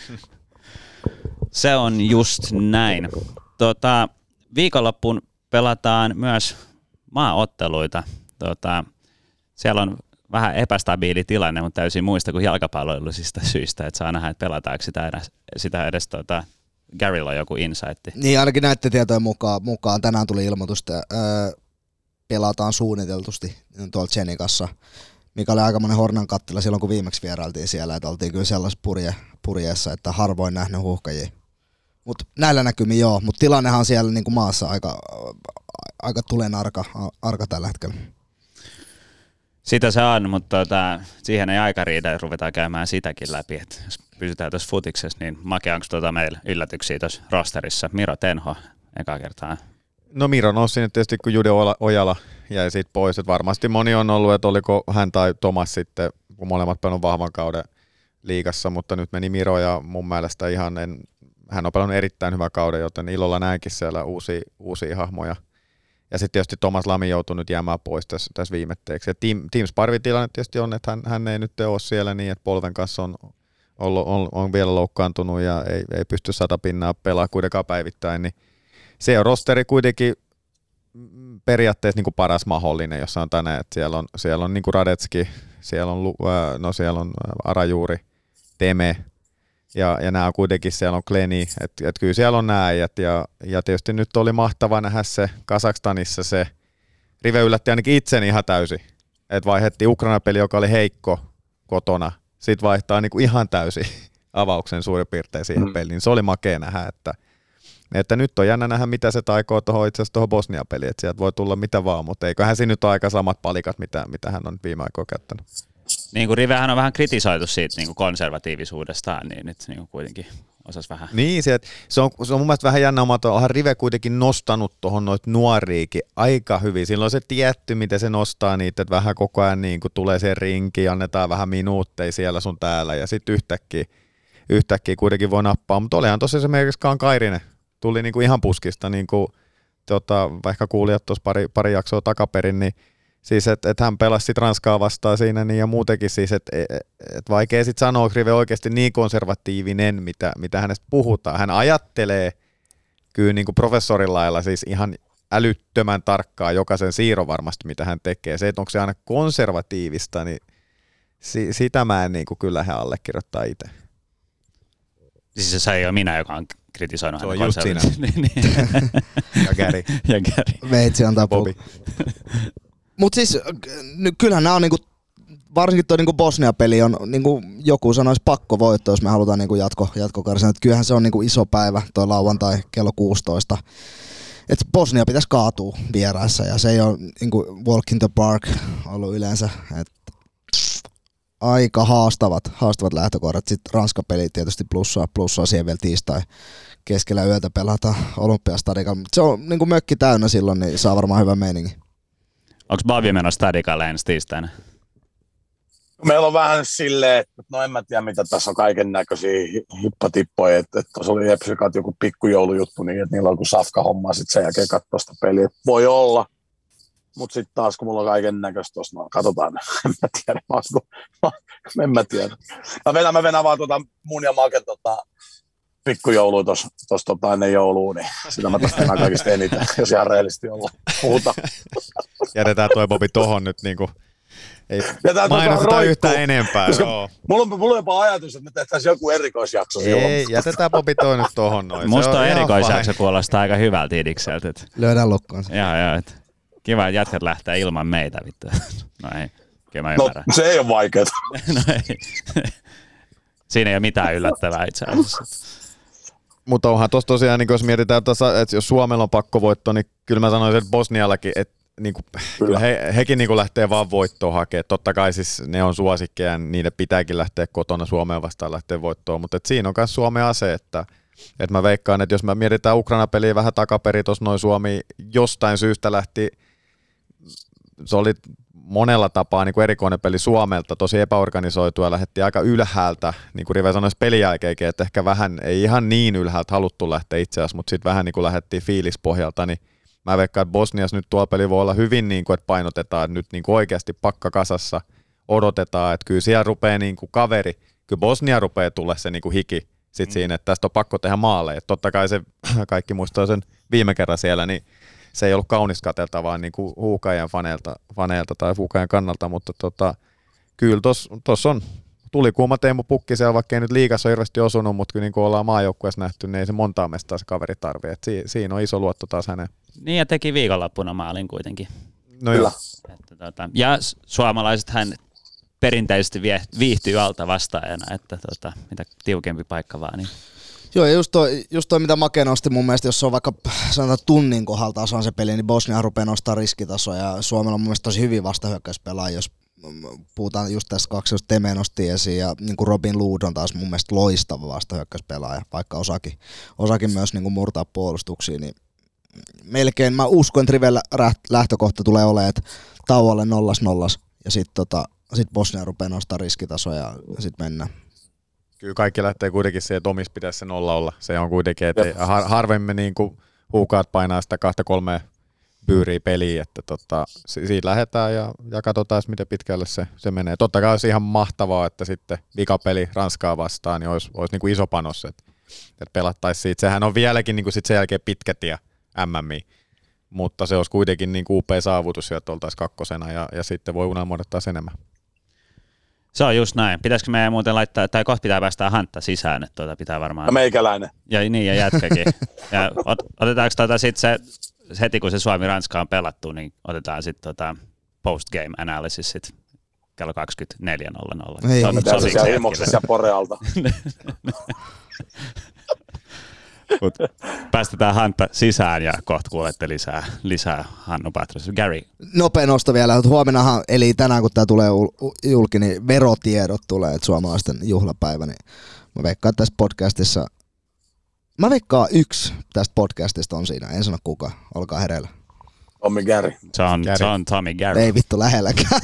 Se on just näin. Viikonloppuun pelataan myös maaotteluita. Siellä on vähän epästabiili tilanne, mutta täysin muista kuin jalkapalloillisista syistä, että saa nähdä, että pelataanko sitä edes Garylla on joku insightti. Niin, ainakin näiden tietojen mukaan tänään tuli ilmoitusta, pelataan suunniteltusti tuolla Chenikassa, mikä oli aikamoinen hornan kattila silloin, kun viimeksi vierailtiin siellä, että oltiin kyllä sellaisessa purjeessa, että harvoin nähnyt huuhkajia. Mutta näillä näkymin joo, mutta tilannehan on siellä niin kuin maassa aika tulen arka tällä hetkellä. Sitä se on, mutta siihen ei aika riitä, ruvetaan käymään sitäkin läpi. Et jos pysytään tuossa futiksessa, niin Make, onko meillä yllätyksiä tuossa rosterissa? Miro Tenho, eka kertaa. No Miro nousi sinne tietysti, kun Jude Ojala jäi siitä pois. Et varmasti moni on ollut, että oliko hän tai Tomas sitten, kun molemmat pelannut vahvan kauden liigassa, mutta nyt meni Miro ja mun mielestä hän on pelannut erittäin hyvän kauden, joten ilolla näinkin siellä uusia hahmoja. Ja sitten tietysti Thomas Lami joutui nyt jäämään pois tässä viimetteeksi. Ja Team Sparvin tilanne tietysti on, että hän ei nyt ole siellä niin, että polven kanssa on vielä loukkaantunut ja ei pysty 100% pelaa kuitenkaan päivittäin. Niin se on rosteri kuitenkin periaatteessa niin kuin paras mahdollinen, jos on tänään. Että siellä on niin kuin Radetski, siellä on Arajuuri, Teme. Ja nämä on kuitenkin, siellä on Kleni, että kyllä siellä on nämä äijät, ja tietysti nyt oli mahtava nähdä se Kazakstanissa se, Rive yllätti ainakin itseni ihan täysin, että vaihdettiin Ukraina-peli, joka oli heikko kotona, sitten vaihtaa niinku ihan täysin avauksen suurin piirtein siihen peliin, se oli makea nähdä, että nyt on jännä nähdä, mitä se taikoo itse asiassa tuohon Bosnia-peliin, että sieltä voi tulla mitä vaan, mutta eiköhän siinä nyt ole aika samat palikat, mitä hän on viime aikoina käyttänyt. Niin kuin Rivehän on vähän kritisoitu siitä niin kuin konservatiivisuudestaan, niin nyt niin kuin kuitenkin osasi vähän. Niin, se on mun mielestä vähän jännä omata, onhan Rive kuitenkin nostanut tuohon noita nuoriikin aika hyvin. Silloin on se tietty, miten se nostaa niitä, että vähän koko ajan niin kuin tulee siihen rinkiin, annetaan vähän minuutteja siellä sun täällä ja sitten yhtäkkiä kuitenkin voi nappaa. Mutta olihan tosiaan esimerkiksi Kaan Kairinen, tuli niin kuin ihan puskista, niin kuin, ehkä kuulijat tuossa pari jaksoa takaperin, niin Siis, että hän pelasi sit Ranskaa vastaan siinä niin ja muutenkin siis, että vaikea sitten sanoa, että Rive oikeasti niin konservatiivinen, mitä hänestä puhutaan. Hän ajattelee kyllä niin kuin professorin lailla siis ihan älyttömän tarkkaa jokaisen siirron varmasti, mitä hän tekee. Se, että onko se aina konservatiivista, niin sitä mä en niin kuin kyllä hän allekirjoittaa itse. Siis se ei ole minä, joka on kritisoinut häntä. Se on just sinä. Ja Gary. Ja Gary. Veitsi antaa Bobby. Mut siis kyllähän nämä on niinku, varsinkin tuo niinku Bosnia-peli on niinku joku sanoisi pakkovoitto, jos me halutaan niinku jatkokarsinaa. Kyllähän se on niinku iso päivä toi lauantai kello 16. Et Bosnia pitäisi kaatua vieraissa ja se ei ole niinku walk in the park ollut yleensä. Et aika haastavat lähtökohdat. Sitten Ranska-peli tietysti plussaa siihen vielä tiistai keskellä yötä pelata Olympiastadikalla. Se on niinku mökki täynnä silloin, niin saa varmaan hyvä meininki. Onko Bavi menossa Stadikalle ensi tiistaina? Meillä on vähän silleen, että no en mä tiedä mitä tässä on kaiken näköisiä hippatippoja, että tuossa oli Epsikat joku pikkujoulujuttu niin, että niillä on joku safka-homma sitten sen jälkeen katsoa sitä peliä. Voi olla, mutta sitten taas kun mulla on kaiken näköistä tuossa, no katsotaan, en mä tiedä. Mä venän vaan mun ja Maken pikkujoulua tuossa ennen joulua, niin sitä mä tästä enää kaikista eniten, jos ihan reellisesti ollaan puhuta. Jätetään toi Bobi tohon nyt niinku, ei mainosteta yhtään enempää. Mulla on jopa ajatus, että me tehtäisiin joku erikoisjakso. Ei, jätetään Bobi toi nyt tohon noin. Musta on erikoisjakso kuulostaa aika hyvältä idikseltä. Lyödään lukkoon se. Joo. Kiva, että jätkät lähtee ilman meitä, vittu. No ei, kyllä mä ymmärrän. No se ei ole vaikeaa. No ei. Siinä ei ole mitään yllättävää itse asiassa. Mutta onhan tuossa tosiaan, niin jos mietitään, että jos Suomella on pakkovoitto, niin kyllä mä sanoisin, että Bosniallakin, että niin kyllä hekin niin lähtee vaan voittoa hakemaan. Totta kai siis ne on suosikkeja, niiden pitääkin lähteä kotona Suomeen vastaan lähteä voittoon, mutta siinä on myös Suomen ase, että mä veikkaan, että jos me mietitään Ukraina-peliä vähän takaperin, tuossa noin Suomi jostain syystä lähti, se oli monella tapaa niin kuin erikoinen peli Suomelta, tosi epäorganisoitu ja lähdettiin aika ylhäältä, niin kuin Rive sanoisi pelin jälkeenkin, että ehkä vähän, ei ihan niin ylhäältä haluttu lähteä itse asiassa, mutta sitten vähän niin kuin lähdettiin fiilispohjalta, niin mä veikkaan, että Bosniassa nyt tuo peli voi olla hyvin niin kuin, että painotetaan, että nyt niin kuin oikeasti pakka kasassa odotetaan, että kyllä siellä rupeaa niin kuin kaveri, kyllä Bosnia rupeaa tulla se niin kuin hiki sit siinä, että tästä on pakko tehdä maaleja. Totta kai se, kaikki muistaa sen viime kerran siellä, niin se ei ollut kaunis katseltavaa niin kuin Huuhkajien faneilta tai Huuhkajien kannalta, mutta kyllä tuossa on tulikuuma Teemu Pukkisella, vaikka ei nyt liigassa ole hirveästi osunut, mutta kyllä niin kuin ollaan maajoukkueessa nähty, niin ei se montaa mestaa se kaveri tarvitse. Siinä on iso luotto taas häneen. Niin ja teki viikonloppuna maalin kuitenkin. No joo. Ja suomalaisethan perinteisesti viihtyy alta vastaajana, että mitä tiukempi paikka vaan. Niin. Joo, ja just toi mitä Make nosti mun mielestä, jos se on vaikka sanotaan tunnin kohdalta on se peli, niin Bosnia rupeaa nostaa riskitasoa, ja Suomella on mun mielestä tosi hyvin vastahyökkäyspelaaja, jos puhutaan just tässä kaksi, jos Teme nosti esiin, ja niin kuin Robin Lood on taas mun mielestä loistava vastahyökkäyspelaaja, vaikka osakin myös niin kuin murtaa puolustuksia, niin melkein mä uskon, että Rivellä lähtökohta tulee olemaan, että tauolle 0-0, ja sit Bosnia rupeaa nostaa riskitasoa, ja sit mennään. Kyllä kaikki lähtee kuitenkin siihen, että omissa pitäisi se 0 olla. Se on kuitenkin, että harvemmin niin kuin Huukaat painaa sitä 2-3 byyriä peliä, että siitä lähdetään ja katsotaan, miten pitkälle se menee. Totta kai olisi ihan mahtavaa, että sitten vikapeli Ranskaa vastaan niin olisi niin kuin iso panos, että pelattaisiin siitä. Sehän on vieläkin niin kuin sit sen jälkeen pitkä tie MMI, mutta se olisi kuitenkin niin kuin upea saavutus, että oltaisiin kakkosena ja sitten voi unelmoida taas enemmän. Se on just näin. Pitäisikö meidän muuten laittaa, tai kohta pitää päästää Hantta sisään, että pitää varmaan... Ja meikäläinen. Ja niin, ja jätkäkin. Ja otetaanko sitten se, heti kun se Suomi-Ranska on pelattu, niin otetaan sitten post-game analysis sit kello 24.00. Ei, se siellä ilmoksessa ja Porealta. Päästetään Hantta sisään ja kohta kuulette lisää Hannu Patros. Gary. Nopea nosto vielä, että huomennahan, eli tänään kun tämä tulee julki, niin verotiedot tulee, että suomalaisten juhlapäivä, niin mä veikkaan tässä podcastissa, yksi tästä podcastista on siinä, en sano kuka, olkaa hereillä. Tommy Gary. Se on Tommy Gary. Ei vittu lähelläkään.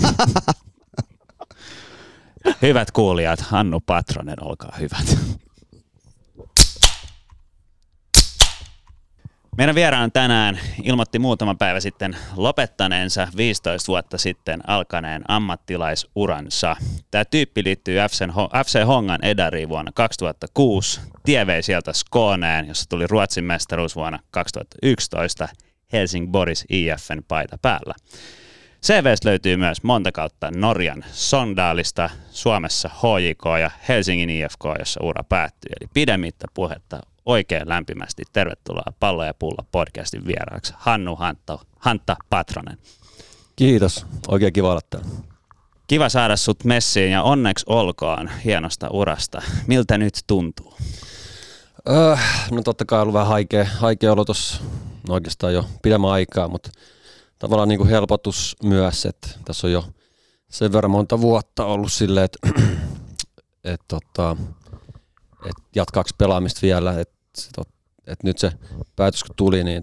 Hyvät kuulijat, Hannu Patronen, olkaa hyvät. Meidän vieraan tänään ilmoitti muutama päivä sitten lopettaneensa 15 vuotta sitten alkaneen ammattilaisuransa. Tämä tyyppi liittyy FC Hongan edariin vuonna 2006. Tie vei sieltä Skåneen, jossa tuli Ruotsin mestaruus vuonna 2011 Helsingborgs IF:n paita päällä. CV:stä löytyy myös monta kautta Norjan Sondaalista, Suomessa HJK ja Helsingin IFK, jossa ura päättyy. Eli pidemmittä puhetta oikein lämpimästi tervetuloa Pallo ja Pulla podcastin vieraaksi Hannu Hantta Patronen. Kiitos, oikein kiva olla täällä. Kiva saada sut messiin ja onneksi olkoon hienosta urasta. Miltä nyt tuntuu? No totta kai on ollut vähän haikea olo tuossa oikeastaan jo pidemmän aikaa, mutta tavallaan niin kuin helpotus myös, että tässä on jo sen verran monta vuotta ollut silleen, että jatkaako pelaamista vielä, että nyt se päätös kun tuli, niin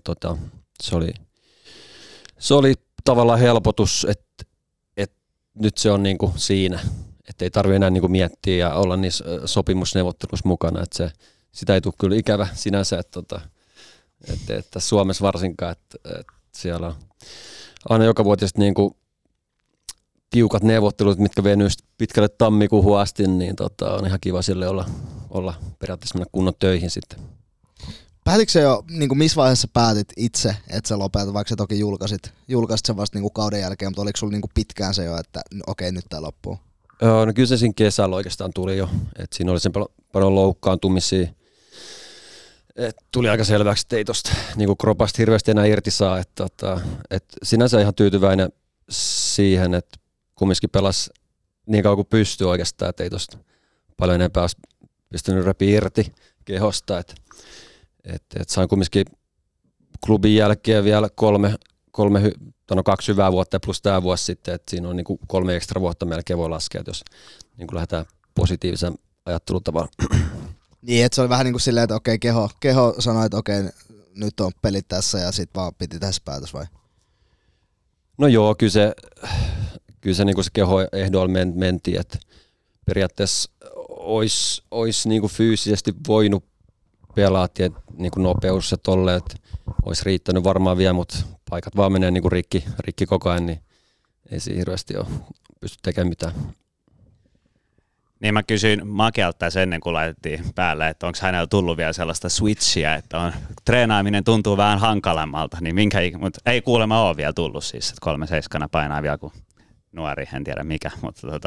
se oli tavallaan helpotus, että nyt se on niin kuin siinä, että ei tarvitse enää niin kuin miettiä ja olla niissä sopimusneuvotteluissa mukana, että sitä ei tule kyllä ikävä sinänsä, että Suomessa varsinkaan, että siellä on aina jokavuotiset niin kuin tiukat neuvottelut, mitkä venyy pitkälle tammikuuhun asti, niin on ihan kiva sille olla periaatteessa mennä kunnon töihin sitten. Päätitkö se jo, niin kuin missä vaiheessa päätit itse, että sä lopetat, vaikka sä toki julkaisit sen vasta niin kuin kauden jälkeen, mutta oliko sulla niin kuin pitkään se jo, että okei, nyt tää loppuu? No kyllä se siinä kesällä oikeastaan tuli jo, että siinä oli sen paljon loukkaantumisia. Tuli aika selväksi, että ei tuosta niin kropasta hirveästi enää irti saa. Että sinänsä ihan tyytyväinen siihen, että kumminkin pelasi niin kauan kuin pystyy oikeastaan, että ei tuosta paljon enempää olisi pystynyt repi irti kehosta. Että sain kumminkin klubin jälkeen vielä 2 hyvää vuotta plus tämä vuosi sitten, että siinä on niin kuin 3 ekstra vuotta melkein voi laskea, että jos niin kuin lähdetään positiivisen ajattelutavalla. Niin, että se oli vähän niin kuin silleen, että okei, keho sanoi, että okei, nyt on pelit tässä ja sitten vaan piti tässä päätös vai? No joo, kyllä se niin kuin se keho ehdoilla mentiin, että periaatteessa olisi niin kuin fyysisesti voinut pelaa, niin kuin nopeus ja tolle, että olisi riittänyt varmaan vielä, mutta paikat vaan menee niin kuin rikki koko ajan, niin ei siinä hirveästi ole pysty tekemään mitään. Niin mä kysyin Makelta tässä ennen kuin laitettiin päälle, että onko hänellä tullut vielä sellaista switchiä, että treenaaminen tuntuu vähän hankalammalta, niin mutta ei kuulemma ole vielä tullut siis, että 3/7 painaa vielä kuin nuori, en tiedä mikä, mutta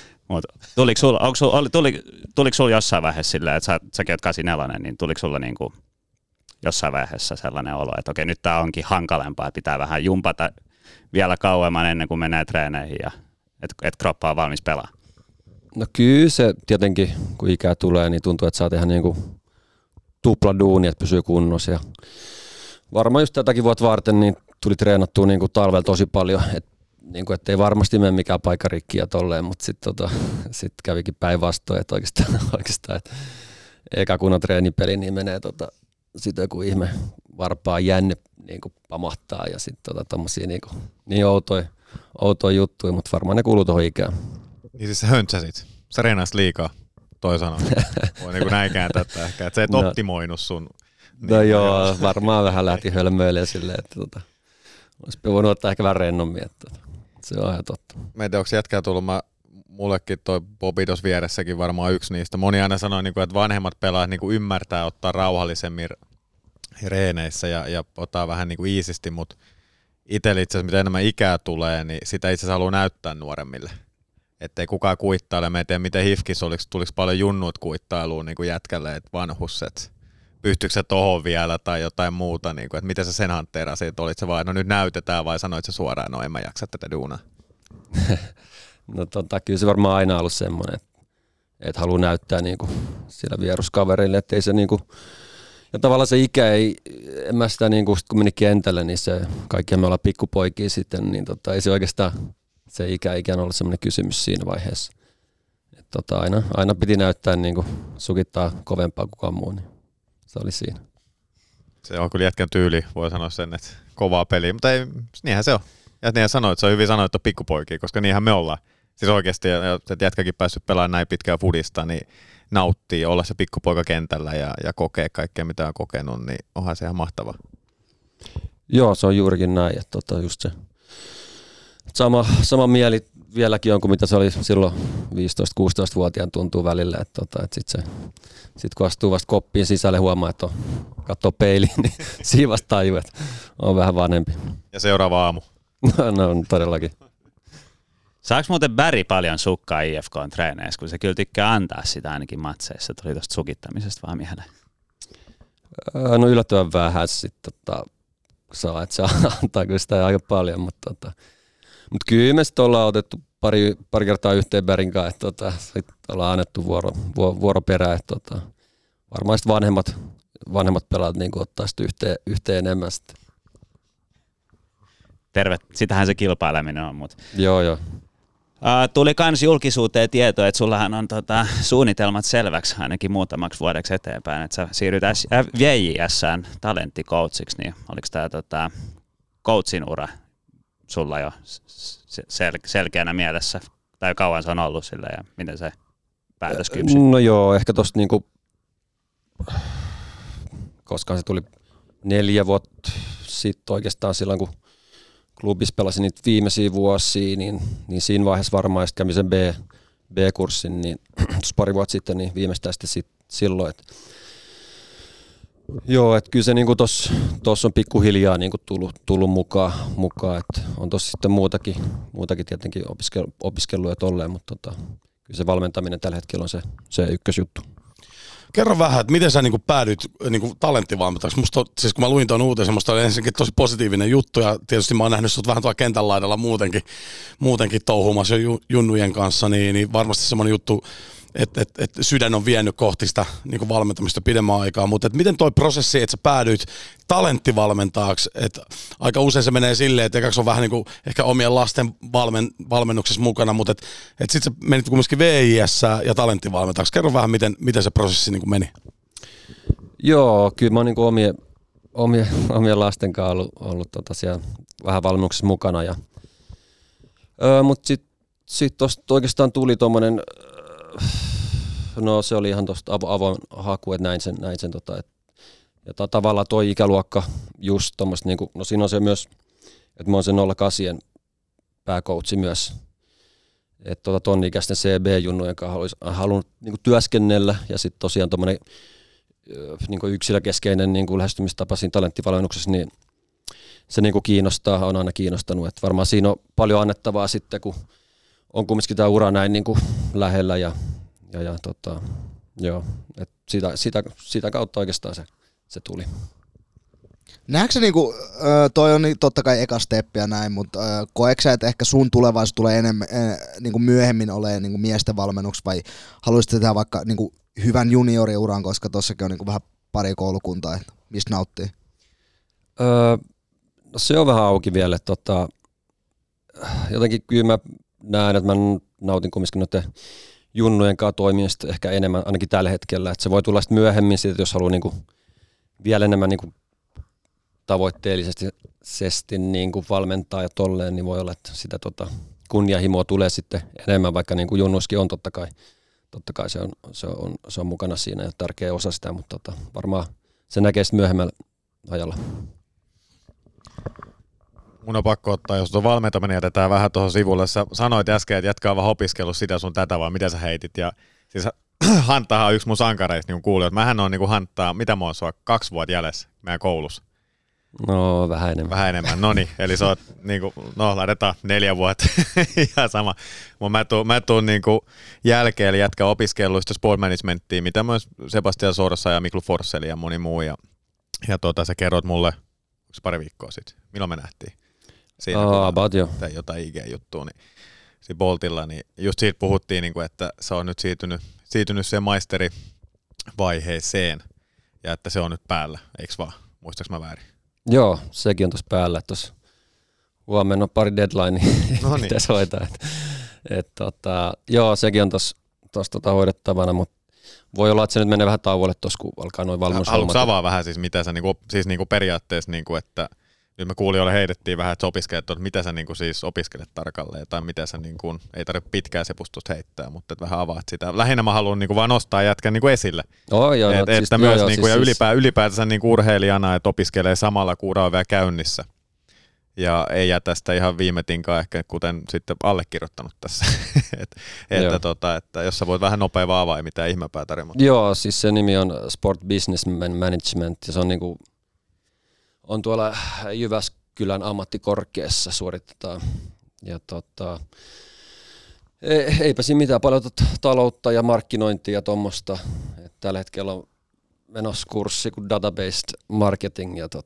tuliko sulla jossain vaiheessa silleen, että säkin oot 84, niin tuliko sulla niinku jossain vaiheessa sellainen olo, että okei, nyt tää onkin hankalempaa, pitää vähän jumpata vielä kauemman ennen kuin menee treeneihin ja että kroppa on valmis pelaa? No kyllä se tietenkin, kun ikää tulee, niin tuntuu, että saa tehdä niinku tupla duuni, että pysyy kunnossa. Ja varmaan just tätäkin vuotta varten niin tuli treenattua niinku talvella tosi paljon, niinku, että ei varmasti mene mikään paikka rikki ja tolleen, mutta sitten sit kävikin päinvastoin, että oikeastaan että eka kunnon treenipeli niin menee sitten joku ihme varpaa jänne niinku pamahtaa ja sitten tommosia niinku, niin outoja juttuja, mutta varmaan ne kuuluu tuohon ikään. Niin siis sä höntsäsit. Sä reenasit liikaa, toi sanoo. Voi niin kuin näin kääntää tätä ehkä, että sä et optimoinut sun. No joo, varmaan vähän lähti hölmöilemään silleen, että olisi voinut ottaa ehkä vähän rennommin, että se on ihan totta. Mä en tiedä, onko jätkää tullut, mullekin toi Bobi tuossa vieressäkin varmaan yksi niistä. Moni aina sanoo, että vanhemmat pelaajat ymmärtää ottaa rauhallisemmin reeneissä ja ottaa vähän iisisti, mutta itsellä itse asiassa mitä enemmän ikää tulee, niin sitä itse asiassa haluaa näyttää nuoremmille. Että ei kukaan kuittaile. Mä en tiedä, miten HIFKis tuliko paljon junnuut kuittailuun niin kuin jätkälle, että vanhus, että pystyykö se tohon vielä tai jotain muuta, niin kuin, että miten sä sen hantteerasit, olit se vaan, no nyt näytetään vai sanoit se suoraan, no en mä jaksa tätä duunaa? No kyllä se varmaan aina ollut semmoinen, että haluaa näyttää niin kuin sillä vieruskaverille, että ei se niin kuin, ja tavallaan se ikä ei, en mä sitä niin kuin, kun meni kentälle, niin se, kaikki me ollaan pikkupoikia sitten, niin ei se oikeastaan se ikään ollut semmoinen kysymys siinä vaiheessa. Että aina piti näyttää niin kuin sukittaa kovempaa kukaan muu, niin se oli siinä. Se on kyllä jätkän tyyli, voi sanoa sen, että kovaa peliä, mutta ei, niinhän se on. Ja niinhän sanoit, se on hyvin sanoa, että on pikkupoikia, koska niinhän me ollaan. Siis oikeasti, että jätkäkin päässyt pelaamaan näin pitkään fudista, niin nauttii olla se pikkupoika kentällä ja kokee kaikkea, mitä on kokenut, niin onhan se ihan mahtavaa. Joo, se on juurikin näin, että just se sama mieli vieläkin on kuin mitä se oli silloin 15-16-vuotiaan tuntuu välillä, että sit kun astuu vasta koppiin sisälle huomaa, että katsoo peiliin, niin siinä vasta tajuu, että on vähän vanhempi. Ja seuraava aamu. No todellakin. Saako muuten Barry paljon sukkaa IFK:n treeneissä, kun se kyllä tykkää antaa sitä ainakin matseissa? Tuli tuosta sukittamisesta vaan mieleen. No yllättävän vähän sitten saa, että se antaa kyllä sitä aika paljon, mutta kyllä me sitten ollaan otettu pari kertaa yhteen Barryn kanssa, että sitten ollaan annettu vuoroperään, että varmaan sitten vanhemmat pelaat niin ottaa sitten yhteen enemmän sitten. Terve, sitähän se kilpaileminen on, mutta Joo. Tuli kans julkisuuteen tietoa, että sullahan on suunnitelmat selväksi ainakin muutamaksi vuodeksi eteenpäin, että sä siirryt VJS:ään talenttikoutseiksi, niin oliko tämä coachin ura sulla jo selkeänä mielessä, tai kauan se on ollut sillä ja miten se päätös kypsi? No joo, ehkä tosta niinku, koskaan se tuli 4 vuotta sitten oikeastaan silloin, kun klubissa pelasin niitä viimeisiä vuosia, niin siinä vaiheessa varmaan kävin sen B-kurssin, niin pari vuotta sitten, niin viimeistään sitten silloin, että joo, että kyllä se niinku tossa on pikkuhiljaa niinku tullut mukaan, että on tossa sitten muutakin tietenkin opiskellut ja tolleen, mutta kyllä se valmentaminen tällä hetkellä on se ykkösjuttu. Kerro vähän, että miten sä päädyit talenttivalmentajaksi. Musta siis kun mä luin tuon uutisen, musta oli ensinnäkin tosi positiivinen juttu ja tietysti mä oon nähnyt sut vähän tuolla kentän laidalla muutenkin touhumassa junnujen kanssa, niin varmasti semmoinen juttu, että sydän on vienyt kohti sitä valmentamista pidemmän aikaa, mutta miten toi prosessi, että sä päädyit talenttivalmentajaksi, että aika usein se menee silleen, että ekaksi on vähän ehkä omien lasten valmennuksessa mukana, mutta että sit sä menit kumminkin VJ:ssä ja talenttivalmentajaksi. Kerro vähän, miten se prosessi meni. Joo, kyllä mä oon omien lasten kanssa ollut siellä vähän valmennuksessa mukana, mutta sit tosta oikeastaan tuli tommonen. No se oli ihan tuosta avoin haku, että näin sen ja tavallaan toi ikäluokka just tommoista, no siinä on se myös, että mä oon sen 08 pääkoutsi myös, että ton ikäisten CB-junnujen kanssa halunnut työskennellä ja sitten tosiaan tommonen yksilökeskeinen lähestymistapa siinä talenttivalmennuksessa, niin se kiinnostaa, on aina kiinnostanut, että varmaan siinä on paljon annettavaa sitten, kun on kumminkin tämä ura näin lähellä ja joo, että sitä kautta oikeastaan se tuli. Näetkö sä toi on totta kai eka steppi ja näin, mutta koetko sä, että ehkä sun tulevaisuus tulee enemmän, myöhemmin olemaan miesten valmennuksi vai haluaisit tehdä vaikka hyvän junioriuran, koska tossakin on vähän pari koulukuntaa, että mistä nauttii? No se on vähän auki vielä, että jotenkin kyllä mä näen, että mä nautin kumminkin noiden junnujen kanssa toimimista ehkä enemmän, ainakin tällä hetkellä. Että se voi tulla sitten myöhemmin, sit, jos haluaa vielä enemmän tavoitteellisesti valmentaa ja tolleen, niin voi olla, että sitä kunnianhimoa tulee sitten enemmän, vaikka junnuiskin on totta kai se on mukana siinä ja tärkeä osa sitä, mutta varmaan se näkee sitten myöhemmällä ajalla. Mun on pakko ottaa, jos tuo valmentaminen jätetään vähän tuohon sivulle. Sä sanoit äsken, että jätkä on vaan opiskellut sitä sun tätä, vaan mitä sä heitit. Ja siis Hanttahan on yksi mun sankareista, niin kuin kuulijat. Mähän on Hanttaa, mitä mä oon sua, 2 vuotta jäljessä meidän koulussa. No, vähän enemmän. Vähän enemmän, noniin. Eli sä oot, laitetaan 4 vuotta. Ihan sama. Mä tuun jälkeen, eli jätkä opiskellut sitä sport managementtia, mitä myös Sebastian Sorsa ja Miklu Forsseli ja moni muu. Ja sä kerroit mulle pari viikkoa sitten. Milloin me nähtiin? Siinä jotain IG-juttua, niin siinä Boltilla, niin just siitä puhuttiin, että se on nyt siirtynyt siihen maisterivaiheeseen ja että se on nyt päällä, eikö vaan? Muistaaks mä väärin? Joo, sekin on tuossa päällä, että tuossa huomenna on pari deadline, niin pitäisi hoitaa. Joo, sekin on tuossa hoidettavana, mutta voi olla, että se nyt menee vähän tauolle tuossa, kun alkaa noin valmennushommat. Haluatko avaa vähän siis, mitä sä periaatteessa, että Nyt me kuulijoille heitettiin vähän, että opiskelet, että mitä sä niinku siis opiskelet tarkalleen, tai mitä sä niinku, ei tarvitse pitkää sepustusta heittää, mutta et vähän avaat sitä. Lähinnä mä haluan niinku vaan nostaa jätkän niinku esille. Että myös niinku, ja ylipäätänsä niinku urheilijana, että opiskelee samalla kun ura on vielä käynnissä. Ja ei jätä sitä ihan viime tinkaan ehkä, kuten sitten allekirjoittanut tässä. että jos sä voit vähän nopea vaavaa, ei mitään ihmeempää tarjoamaan. Joo, siis se nimi on Sport Business Management, ja se on niinku on tuolla Jyväskylän ammattikorkeassa suoritetaan. Ja eipä siinä mitään, paljon taloutta ja markkinointia ja tuommoista. Tällä hetkellä on menossa kurssi kuin databased marketing ja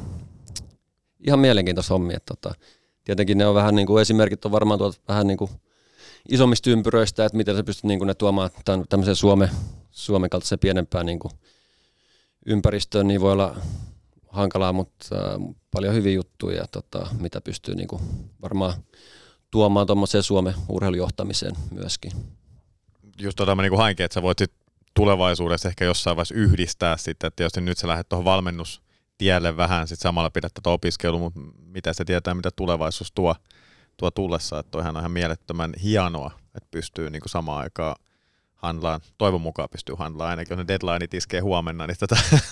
ihan mielenkiintoista hommia. Tietenkin ne on vähän niin kuin esimerkit on varmaan tuolta vähän niin kuin isommista ympyröistä, että miten sä pystyt niin kuin ne tuomaan tämmöiseen Suomen kaltaiseen pienempään niin kuin ympäristöön, niin voi olla hankalaa, mutta paljon hyviä juttuja ja mitä pystyy niin kuin varmaan tuomaan tuommoiseen Suomen urheilujohtamiseen myöskin. Just mä niin kuin hainkin, että sä voit sit tulevaisuudessa ehkä jossain vaiheessa yhdistää sitten, että jos nyt sä lähdet tuohon valmennustielle vähän, sitten samalla pidät tätä opiskelua, mutta mitä se tietää, mitä tulevaisuus tuo tullessa, että toihan on ihan mielettömän hienoa, että pystyy niin kuin samaan aikaan handlaan, toivon mukaan pystyy handlaan, ainakin jos ne deadlineit iskee huomenna, niin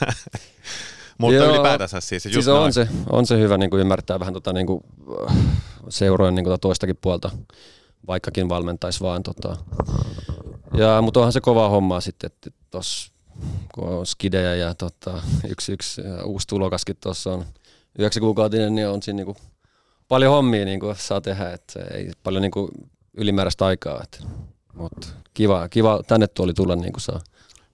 mutta ylipäätänsä siis on se hyvä niin kuin ymmärtää vähän niin kuin seurojen niin kuin toistakin puolta, vaikkakin valmentaisi vaan. Mutta onhan se kovaa hommaa sitten, että tuossa kun on skidejä ja yksi uusi tulokaskin tuossa on 9-kuukautinen, niin on siinä niin kuin paljon hommia niin kuin saa tehdä, että ei paljon niin kuin ylimääräistä aikaa. Mutta kiva tänne tulla niin kuin saa.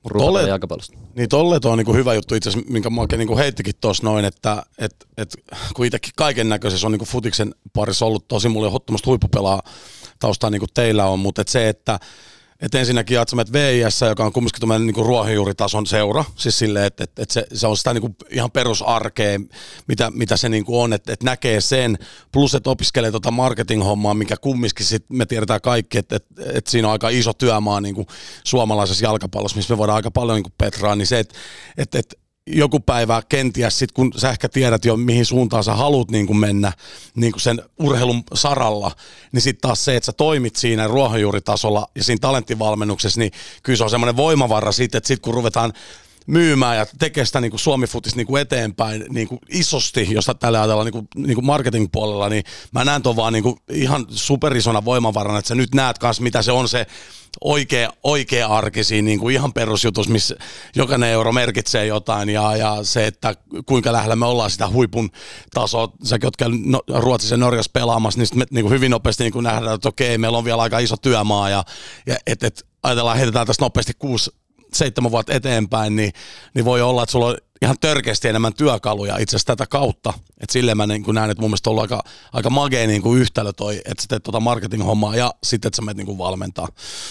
Niin tolleet on niinku hyvä juttu itse asiassa, minkä Make niinku heittikin tuossa noin, että kun itsekin kaiken näköisessä on niinku futiksen parissa ollut tosi mulle ehdottomasti huippupelaa taustaa niin kuin teillä on, mutta se, että ensinnäkin sä menet VIS, joka on kumminkin tuommoinen niinku ruohonjuuritason seura, siis silleen, että se on sitä niinku ihan perusarkea, mitä se niinku on, että näkee sen, plus että opiskelee marketing-hommaa, mikä kumminkin sit me tiedetään kaikki, että siinä on aika iso työmaa niinku suomalaisessa jalkapallossa, missä me voidaan aika paljon niinku petraa, niin se, että joku päivä kenties sit, kun sä ehkä tiedät jo mihin suuntaan sä haluat niin kuin mennä niin kuin sen urheilun saralla, niin sitten taas se, että sä toimit siinä ruohonjuuritasolla ja siinä talenttivalmennuksessa, niin kyllä se on semmoinen voimavara sitten, että sit kun ruvetaan myymään ja tekee sitä niin Suomi-futis niin eteenpäin niin isosti, jos tällä ajatellaan niin marketing-puolella, niin mä näen ton vaan niin ihan superisona voimavarana, että sä nyt näet kanssa, mitä se on se oikea arki siinä niin ihan perusjutus, missä jokainen euro merkitsee jotain ja se, että kuinka lähellä me ollaan sitä huipun tasoa. Säkin oot käynyt Ruotsissa ja Norjassa pelaamassa, niin me niin hyvin nopeasti niin nähdään, että okei, meillä on vielä aika iso työmaa ja ajatellaan, heitetään tästä nopeasti 6-7 vuotta eteenpäin, niin voi olla, että sulla on ihan törkeästi enemmän työkaluja itse asiassa tätä kautta. Että silleen mä niin näen, että mun mielestä on ollut aika magea niin yhtälö toi, että sä teet marketing-hommaa ja sitten, että sä menet niin valmentaa.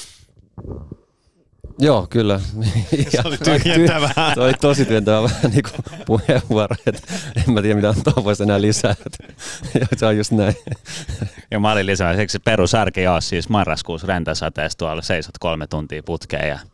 Joo, kyllä. Se oli tyhjentävää. Se oli tosi tyhjentävää vähän niin kuin puheenvuoro, että en mä tiedä mitä tuohon voisi enää lisää. Se on just näin. Ja mä olin lisää, eikö se perusarki ole siis marraskuussa rentasateessa tuolla seisot 3 tuntia putkeen ja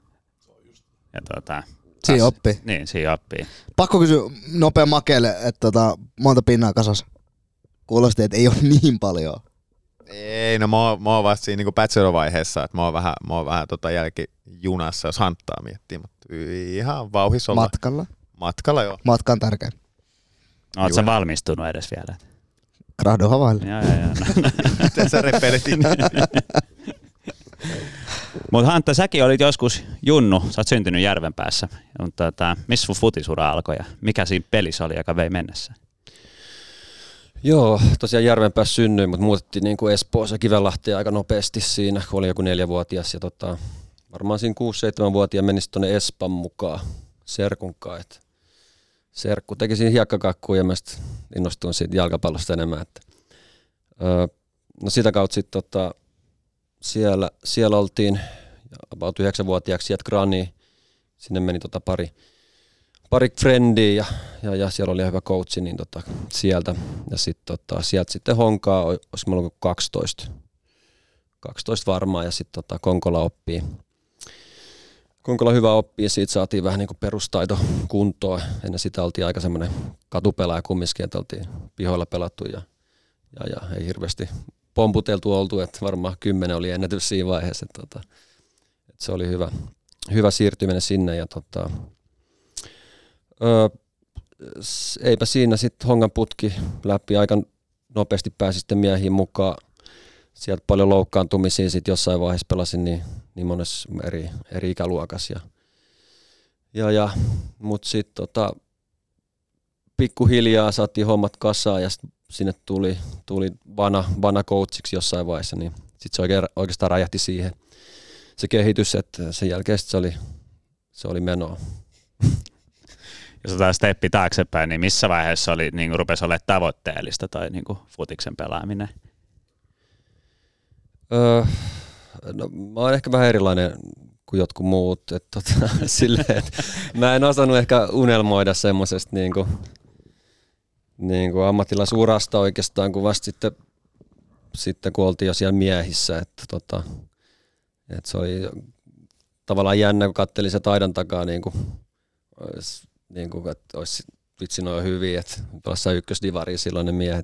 siinä oppii. Niin, siinä oppii. Pakko kysyä nopea Makeelle, että monta pinnaa kasas. Kuulosti, että ei ole niin paljon. Ei, no mä oon vasta siinä niinku bachelor-vaiheessa, että mä oon vähän jälkijunassa, jos hanttaa miettii, mutta ihan vauhissa ollaan. Matkalla? Matkalla, joo. Matka on tärkeä. Oot sä valmistunut edes vielä? Gradu havaille. Joo. Miten sä repeletit? Mutta Hantta, säkin olit joskus junnu, sä oot syntynyt Järvenpäässä. Missä sun futisura alkoi ja mikä siinä pelissä oli, joka vei mennessä? Joo, tosiaan Järvenpäässä synnyin, mutta muutettiin niin kuin Espoossa ja Kivenlahteen aika nopeasti siinä, kun olin joku 4-vuotias. Ja varmaan siinä 6-7-vuotiaan meni tuonne Espan mukaan serkunkaan. Serkku teki siinä hiekkakakkuun ja mä innostuin siitä jalkapallosta enemmän. No sitä kautta sitten siellä oltiin about 9-vuotiaaksi sieltä Graniin. Sinne meni pari frendiä ja siellä oli hyvä coachi niin sieltä. Ja sieltä sitten Honkaa, olisiko mulla ollut 12 varmaan ja sitten Konkola oppii Konkolla hyvä oppia, siitä saatiin vähän niin kuin perustaito kuntoon. Ennen sitä oltiin aika semmoinen katupelaaja kumminkin, että oltiin pihoilla pelattu ja ei hirveästi pomputeltu oltu, että varmaan 10 oli ennätys siinä vaiheessa. Että se oli hyvä siirtyminen sinne ja eipä siinä sitten hongan putki läpi, aika nopeasti pääsi sitten miehiin mukaan. Sieltä paljon loukkaantumisia sitten jossain vaiheessa pelasin niin monessa eri ikäluokassa. Mutta sitten pikkuhiljaa saatiin hommat kasaan ja sinne tuli vana coachiksi jossain vaiheessa, niin sitten se oikeastaan räjähti siihen se kehitys, että sen jälkeen se oli menoa. Jos otetaan steppi taaksepäin, niin missä vaiheessa niin rupesi olemaan tavoitteellista tai niin futiksen pelaaminen? No, mä oon ehkä vähän erilainen kuin jotkut muut. Silleen, että mä en osannut ehkä unelmoida semmoisesta niin kuin ammattilaisurasta oikeastaan, kun vasta sitten kun oltiin jo siellä miehissä. Että se oli tavallaan jännä, kun katselin se taidan takaa, että olisi vitsi noin hyviä, että pelassa ykkösdivariin silloin ne miehet.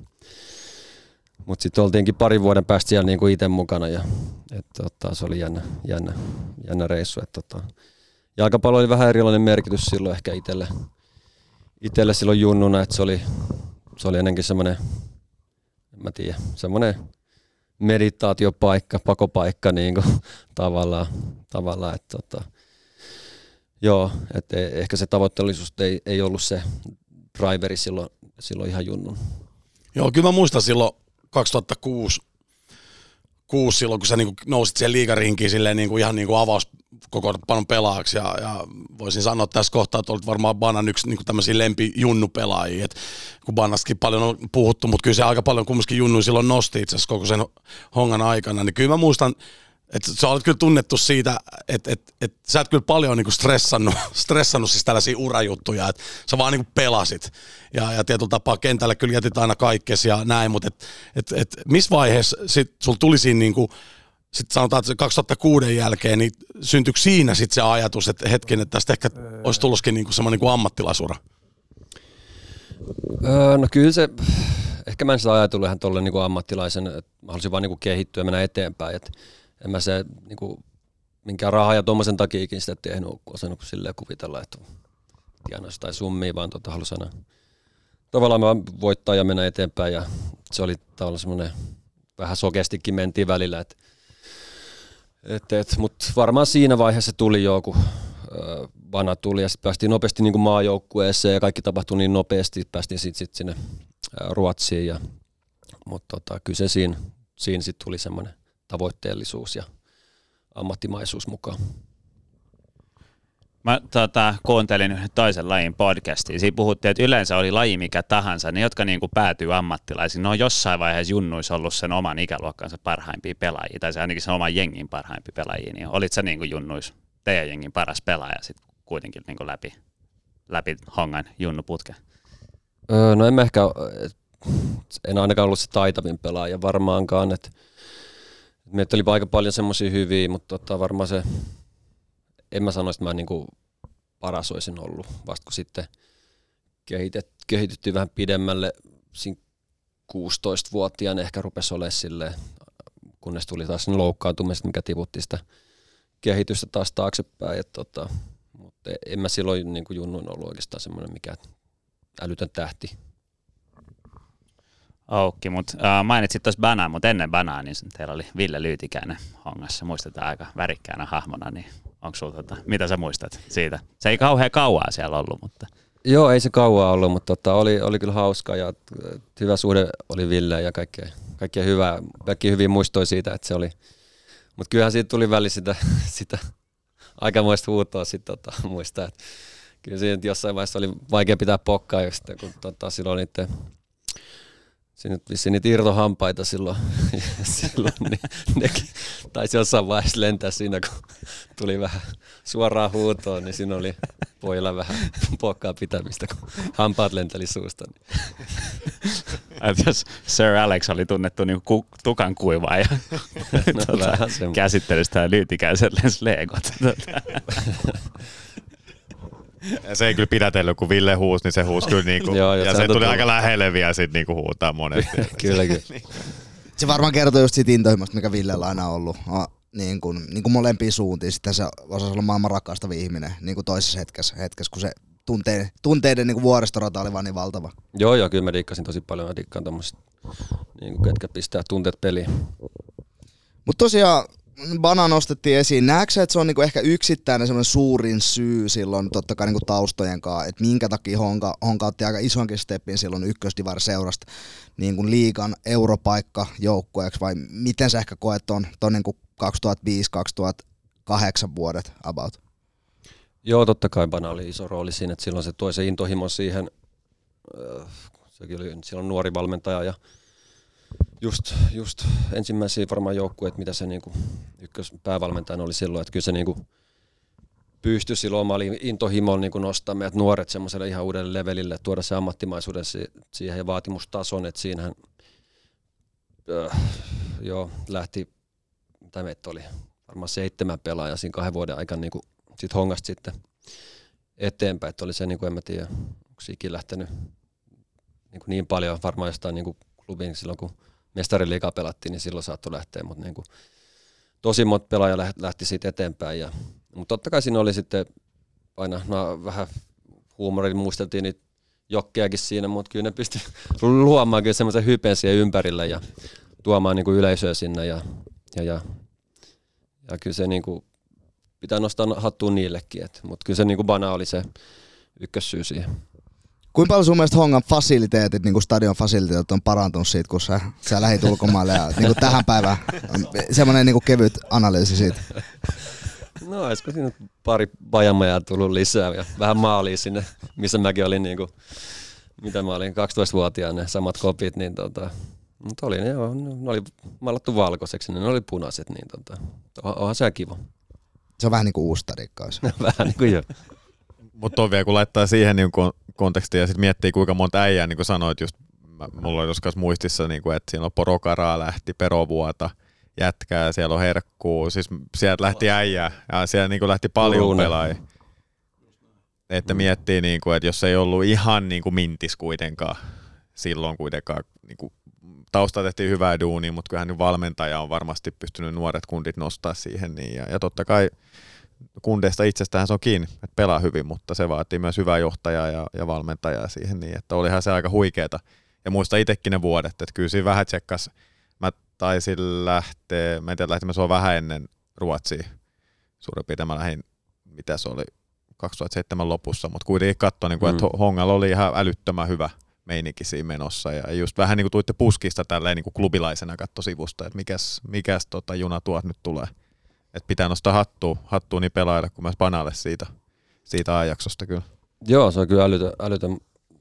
Mutta sitten oltiinkin parin vuoden päästä siellä niinku itse mukana ja se oli jännä reissu. Jalkapallo oli vähän erilainen merkitys silloin ehkä itselle silloin junnuna, että se oli ennenkin semmoinen, en mä tiedä, semmoinen meditaatiopaikka, pakopaikka niinku tavallaan että joo, että ehkä se tavoitteellisuus ei ollut se driveri silloin ihan junnun. Joo, kyllä mä muistan silloin 2006 silloin, kun sä niinku nousit siihen liigarinkiin silleen niinku ihan niinku avauskokoonpanon pelaajaksi ja voisin sanoa tässä kohtaa, että olet varmaan Banan yksi niinku tämmöisiä lempijunnupelaajia, että kun Banastakin paljon on puhuttu, mutta kyllä se aika paljon kumminkin junnuja silloin nosti itse asiassa koko sen hongan aikana, niin kyllä mä muistan, että sä olet kyllä tunnettu siitä, että sä et kyllä paljon niinku stressannut siis tällaisia urajuttuja, että sä vaan niinku pelasit. Ja tietyllä tapaa kentällä kyllä jätit aina kaikkes ja näin, mutta missä vaiheessa sit sul tuli siinä niinku, sit sanotaan, että 2006 jälkeen, niin syntyykö siinä sit se ajatus, että hetken, että tästä ehkä olisi tulloskin niinku semmoinen niinku ammattilaisura? No kyllä se, ehkä mä en sitä ajatellut ihan tolleen niinku ammattilaisen, että mä halusin vaan niinku kehittyä ja mennä eteenpäin, että en mä se niinku, minkään rahaa ja tuommoisen takiakin sitä tehnyt, osannut silleen kuvitella, että tienaisi tai summia, vaan halusi aina tavallaan vaan voittaa ja mennä eteenpäin. Ja se oli tavallaan semmoinen, vähän sokestikin mentiin välillä. Mutta varmaan siinä vaiheessa tuli joku Vana tuli ja sitten päästiin nopeasti niin kuin maajoukkueeseen ja kaikki tapahtui niin nopeasti, päästiin sit sinne Ruotsiin. Mutta kyllä se siinä sitten tuli semmoinen tavoitteellisuus ja ammattimaisuus mukaan. Mä kuuntelin yhden toisen lajin podcastia. Siinä puhuttiin, että yleensä oli laji mikä tahansa. Ne, jotka niinku päätyy ammattilaisiin, ne on jossain vaiheessa junnuissa ollut sen oman ikäluokkansa parhaimpia pelaajia, tai se ainakin sen oman jengin parhaimpia pelaajia. Niin olit sä niinku junnuissa teidän jengin paras pelaaja sitten kuitenkin niinku läpi hongan junnuputken? No en ainakaan ollut se taitavin pelaaja varmaankaan, että meitä oli aika paljon semmoisia hyviä, mutta varmaan se, en mä sanoisi, että mä niinku paras olisin ollut, vasta kun sitten kehityttiin vähän pidemmälle, siinä 16-vuotiaana ehkä rupesi olemaan silleen, kunnes tuli taas loukkaantumista, mikä tiputti sitä kehitystä taas taaksepäin, mutta en mä silloin niin kuin junnuin ollut oikeastaan semmoinen mikä älytön tähti. Okei, mutta mainitsit tuossa Banaa, mutta ennen Banaa niin teillä oli Ville Lyytikäinen hongassa, muistetaan aika värikkäänä hahmona, niin onko sulla mitä sä muistat siitä? Se ei kauhean kauaa siellä ollut, mutta... Joo, ei se kauaa ollut, mutta oli kyllä hauska ja hyvä suhde oli Ville ja kaikkea hyvää, kaikki hyviä muistoja siitä, että se oli. Mutta kyllähän siitä tuli väli sitä aikamoista huutoa sitten muistaa, että kyllä siinä jossain vaiheessa oli vaikea pitää pokkaa, just, kun silloin Siinä vissiin niitä irtohampaita silloin niin nekin taisi jossain vaiheessa lentää siinä, kun tuli vähän suoraan huutoon, niin siinä oli pojilla vähän pokkaa pitämistä, kun hampaat lenteli suusta. Jos Sir Alex oli tunnettu niin tukan kuivaa ja käsitteli sitä lyytikäiset legot. Se ei kyllä pidätellyt, kun Ville huusi, niin se huusi kyllä niinku, ja se tuli aika lähelle vielä sit niinku huutaa monesti. Kyllä. Se varmaan kertoo just siitä intohimosta, mikä Villellä aina on ollut. Niin kuin molempiin suuntiin. Sitten se osasi olla maailman rakastava ihminen niin kuin toisessa hetkessä, kun se tunteiden niin kuin vuoristorata oli vaan niin valtava. Joo, kyllä mä dikkasin tosi paljon. Mä dikkaan tommoset, niin kuin ketkä pistää tunteet peliin. Mutta tosiaan Bana nostettiin esiin. Näetkö sä, että se on niinku ehkä yksittäinen semmoinen suurin syy silloin totta kai niinku taustojen kanssa, että minkä takia Honka otti aika isonkin steppin silloin ykkösdivar seurasta niin kuin liigan europaikka joukkueeksi, vai miten sä ehkä koet ton niinku 2005-2008 vuodet about? Joo, totta kai Bana oli iso rooli siinä, että silloin se toi se intohimo siihen, sekin oli silloin nuori valmentaja ja just ensimmäisiä varmaan joukkueet, mitä se niinku ykköspäävalmentajana oli silloin, että kyllä se niinku pystyi silloin omalla intohimolla niinku nostaa meidät nuoret semmoiselle ihan uudelle levelille, tuoda se ammattimaisuuden siihen ja vaatimustason, että siinähän lähti, mitä meitä oli, varmaan 7 pelaajaa siinä 2 vuoden aikana niinku sit Hongasta sitten eteenpäin, että oli se, niinku, en mä tiedä, onko se ikinä lähtenyt niin paljon, varmaan jostain niinku klubin silloin, kun mestariliigaa pelattiin, niin silloin saattoi lähteä, mutta niin tosi monta pelaajaa lähti siitä eteenpäin. Mutta totta kai siinä oli sitten aina vähän huumorin muisteltiin niitä jokkejakin siinä, mutta kyllä ne pystyi luomaan kyllä semmoisen hypen siihen ympärille ja tuomaan niin kuin yleisöä sinne ja kyllä se niin kuin pitää nostaa hattuun niillekin, mutta kyllä se niin kuin Bana oli se ykkössyy siihen. Kuinka paljon sun mielestä Hongan fasiliteetit, niin kuin stadion fasiliteetit on parantunut siitä, kun sä lähdit ulkomaille ja niin kuin tähän päivään semmoinen niin kuin kevyt analyysi siitä? No olisiko siinä pari bajamajaa tullut lisää ja vähän maalia sinne, missä mäkin olin, niin kuin, mitä mä olin 12-vuotiaana, ne samat kopit, niin mutta oli ne oli malattu valkoiseksi, ne oli punaiset, niin onhan se kiva. Se on vähän niin kuin uusi stadikkaus. Vähän niin kuin joo. Mutta on vielä, kun laittaa siihen niin kontekstiin ja sitten miettii, kuinka monta äijää, niin kuin sanoit, just mulla oli joskus muistissa, niin kuin, että siinä on Porokaraa lähti, Perovuota, Jätkää, siellä on Herkkuu, siis sieltä lähti äijää ja siellä niin kuin lähti paljon pelaajia. Että miettii, niin kuin, että jos ei ollut ihan niin kuin mintis kuitenkaan, silloin kuitenkaan, niin kuin, tausta tehtiin hyvää duunia, mutta kyllähän nyt valmentaja on varmasti pystynyt nuoret kundit nostaa siihen. Niin, ja totta kai kundeista itsestään se on kiinni, että pelaa hyvin, mutta se vaatii myös hyvää johtajaa ja valmentajaa siihen, niin että olihan se aika huikeeta. Ja muista itsekin ne vuodet, että kyllä siinä vähän tsekkas, mä taisin lähteä, mä en tiedä lähtimme, se on vähän ennen Ruotsia, suurin piirtein mä lähdin, mitä se oli, 2007 lopussa, mutta kuitenkin katsoin, niin että Hongalla oli ihan älyttömän hyvä meininki siinä menossa, ja just vähän niin kuin tuitte puskista tälleen niin kuin klubilaisena katto sivusta, että mikäs juna tuot nyt tulee. Että pitää nostaa hattua niin pelaajille kuin myös Banalle siitä ajanjaksosta kyllä. Joo, se on kyllä älytön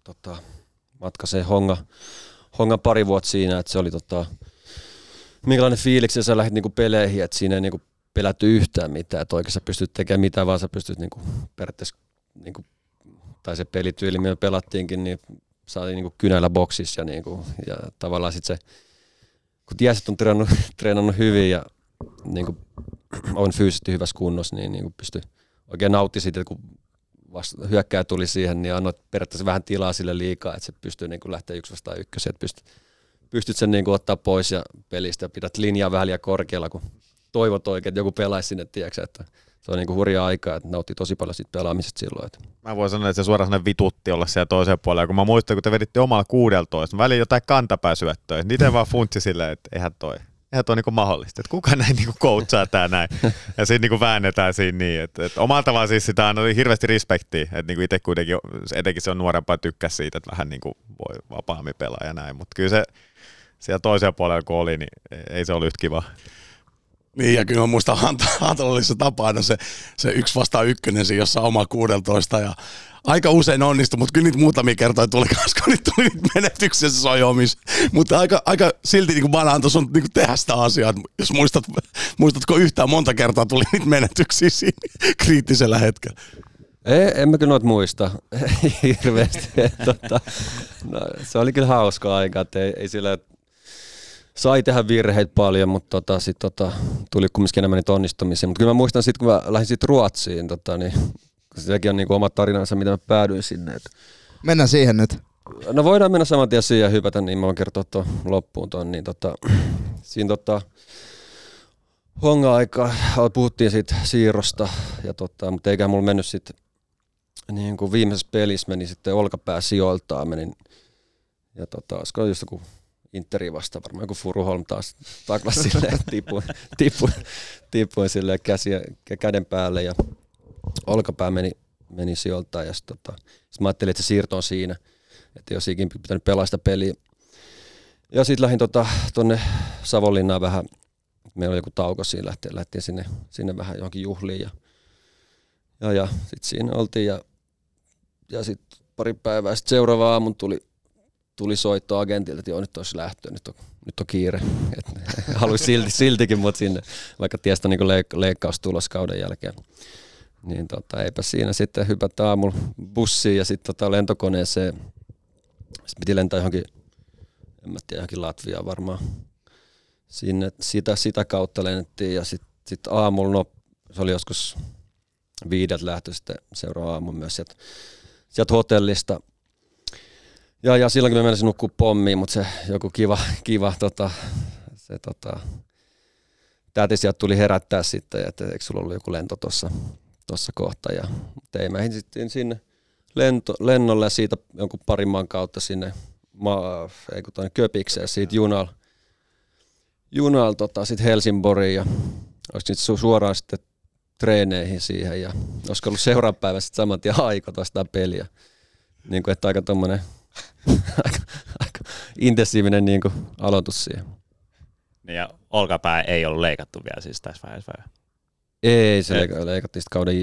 matka se Hongan pari vuotta siinä, että se oli minkälainen fiiliksi sä lähdit niinku peleihin, että siinä ei niinku pelätty yhtään mitään, että oikein sä pystyt tekemään mitään, vaan sä pystyt niinku periaatteessa, niinku, tai se pelityyli, millä pelattiinkin, niin saatiin niinku kynällä boksissa ja tavallaan sitten se, kun tiesit on treenannut hyvin ja niinku on fyysisesti hyvässä kunnossa, niin niinku pystyi oikein nauttimaan siitä, kun hyökkääjä tuli siihen, niin annoit periaatteessa vähän tilaa sille liikaa, että se pystyy niinku lähteä 1-1, että pystyt sen niinku ottaa pois ja pelistä ja pidät linjaa vähän liian korkealla, kun toivot oikein, että joku pelaisi sinne, tiedätkö, että se on niinku hurjaa aikaa, että nauttii tosi paljon siitä pelaamisesta silloin. Että. Mä voin sanoa, että se suoraan sellainen vitutti olla siellä toisella puolella, kun mä muistan, kun te veditte omalla 16, väliin jotain kantapääsyöttöä, niin itse vaan funtsi silleen, että eihän toi niinku mahdollista, että kuka näin niinku coachaa tää näin. Ja siinä niinku väännetään siinä niin, että omalla tavalla siis sitä on hirveästi respektiä, että niinku itse kuitenkin, etenkin se on nuorempaa tykkäs siitä, että vähän niinku voi vapaammin pelaa ja näin, mutta kyllä se siellä toisella puolella kun oli, niin ei se ollut yhtä kiva. Niin, ja kyllä mä muistan Hantalla oli se tapana se 1-1 siinä jossain oma 16 ja aika usein onnistui, mutta kyllä niitä muutamia kertoja tuli, koska niitä tuli niitä menetyksiä se soi omissa. Mutta aika silti niin mä antoi sun niin tehdä sitä asiaa. Jos muistatko yhtään monta kertaa tuli niitä menetyksiä siinä kriittisellä hetkellä? En mä kyllä noita muista hirveästi. No, se oli kyllä hauska aika, että ei sillä sai tehdä virheitä paljon, mutta tuli kumminkin enemmän niitä onnistumisia. Mutta kyllä mä muistan sitten, kun mä lähdin sitten Ruotsiin, niin sekin on niinku oma tarinansa, mitä mä päädyin sinne. Mennään siihen nyt. No voidaan mennä saman tien siihen ja hypätä, niin mä voin kertoa tuon loppuun tuon. Niin siinä honga-aikaa puhuttiin siitä siirrosta, mutta eiköhän mulla mennyt sitten niin kuin viimeisessä pelissä meni sitten olkapää sijoiltaan menin. Ja olisiko just joku Interi vasta, varmaan joku Furuholm taas taklas silleen, tipuin silleen käden päälle ja olkapää meni sijoiltaan. Ja sitten mä ajattelin, että se siirto on siinä, että jos ikinä pitänyt pelaa sitä peliä. Ja sitten lähdin tonne Savonlinnaan vähän, meillä oli joku tauko siinä, lähtiin sinne vähän johonkin juhliin. Ja sitten siinä oltiin ja sitten pari päivää sitten seuraava aamun tuli soitto agentilta, että joo, nyt olisi lähtö, nyt on kiire. Haluaisin siltikin mut sinne, vaikka tiestä niin leikkaus tulos kauden jälkeen. Niin eipä siinä sitten hypätä aamulla bussiin ja sitten lentokoneeseen. Sitten piti lentää johonkin, en mä tiedä, johonkin Latviaan varmaan. Sinne sitä kautta lennettiin ja sitten aamulla, se oli joskus 5 lähtö sitten seuraava aamu myös sieltä hotellista. Ja silloinkin mä menisin nukkua pommiin, mutta se joku kiva täti sieltä tuli herättää sitten, että eikö sulla ollut joku lento tuossa kohta. Ja tein mä sitten sinne lennolle ja siitä jonkun parin maan kautta sinne Köpikseen siitä junalla sitten Helsingborgiin ja olisi sitten suoraan sitten treeneihin siihen ja olisiko ollut seuraavan päivän sitten saman tien aika sitä peliä. Niin kuin, että aika tommonen aika intensiivinen niin kuin aloitus siihen. Ja olkapää ei ollut leikattu vielä siis tässä vaiheessa vai? Ei, se leikattiin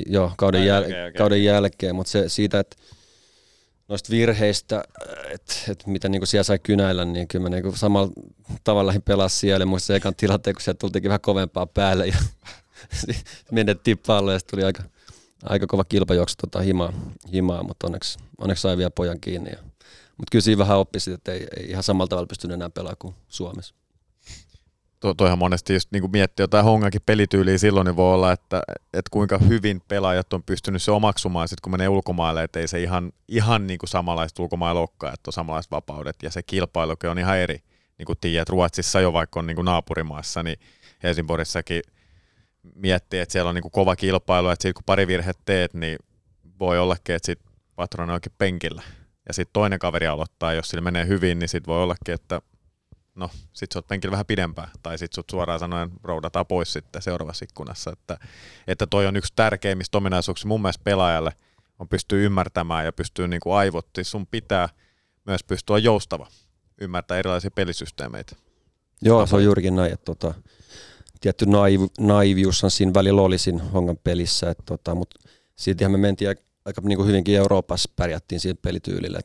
kauden jälkeen, mutta se siitä, että noista virheistä, että mitä niinku siellä sai kynäillä, niin kyllä mä niinku samalla tavalla lähdin pelaa siellä ja muistin ekan tilanteen, kun sieltä tultiinkin vähän kovempaa päälle ja menettiin palloon ja tuli aika kova kilpajuoksu himaa, mutta onneksi sai vielä pojan kiinni. Mutta kyllä siinä vähän oppi että ei ihan samalla tavalla pystynyt enää pelaamaan kuin Suomessa. Toihan monesti, jos niin miettii jotain Hongakin pelityyliä silloin, niin voi olla, että kuinka hyvin pelaajat on pystynyt se omaksumaan, sit kun menee ulkomaille, että ei se ihan niin kuin samanlaista ulkomailla olekaan, että on samanlaiset vapaudet ja se kilpailukin on ihan eri. Niin kuin tiedät, Ruotsissa jo vaikka on niin kuin naapurimaassa, niin Helsingborgissakin miettii, että siellä on niin kuin kova kilpailu, että siitä kun pari virhet teet, niin voi ollakin, että sitten patrona onkin penkillä. Ja sitten toinen kaveri aloittaa, jos sillä menee hyvin, niin sitten voi ollakin, että no, sit sä oot penkillä vähän pidempään, tai sit sut suoraan sanoen roudataan pois sitten seuraavassa ikkunassa. Että toi on yksi tärkeimmistä ominaisuuksia mun mielestä pelaajalle, on pystyy ymmärtämään ja pystyy niinku aivot, siis sun pitää myös pystyä joustava, ymmärtää erilaisia pelisysteemeitä. Joo, se on juurikin näin, että tietty naiviushan siinä välillä oli siinä Hongan pelissä, mutta siltihän me mentiin aika niin kuin hyvinkin Euroopassa pärjättiin siinä pelityylillä,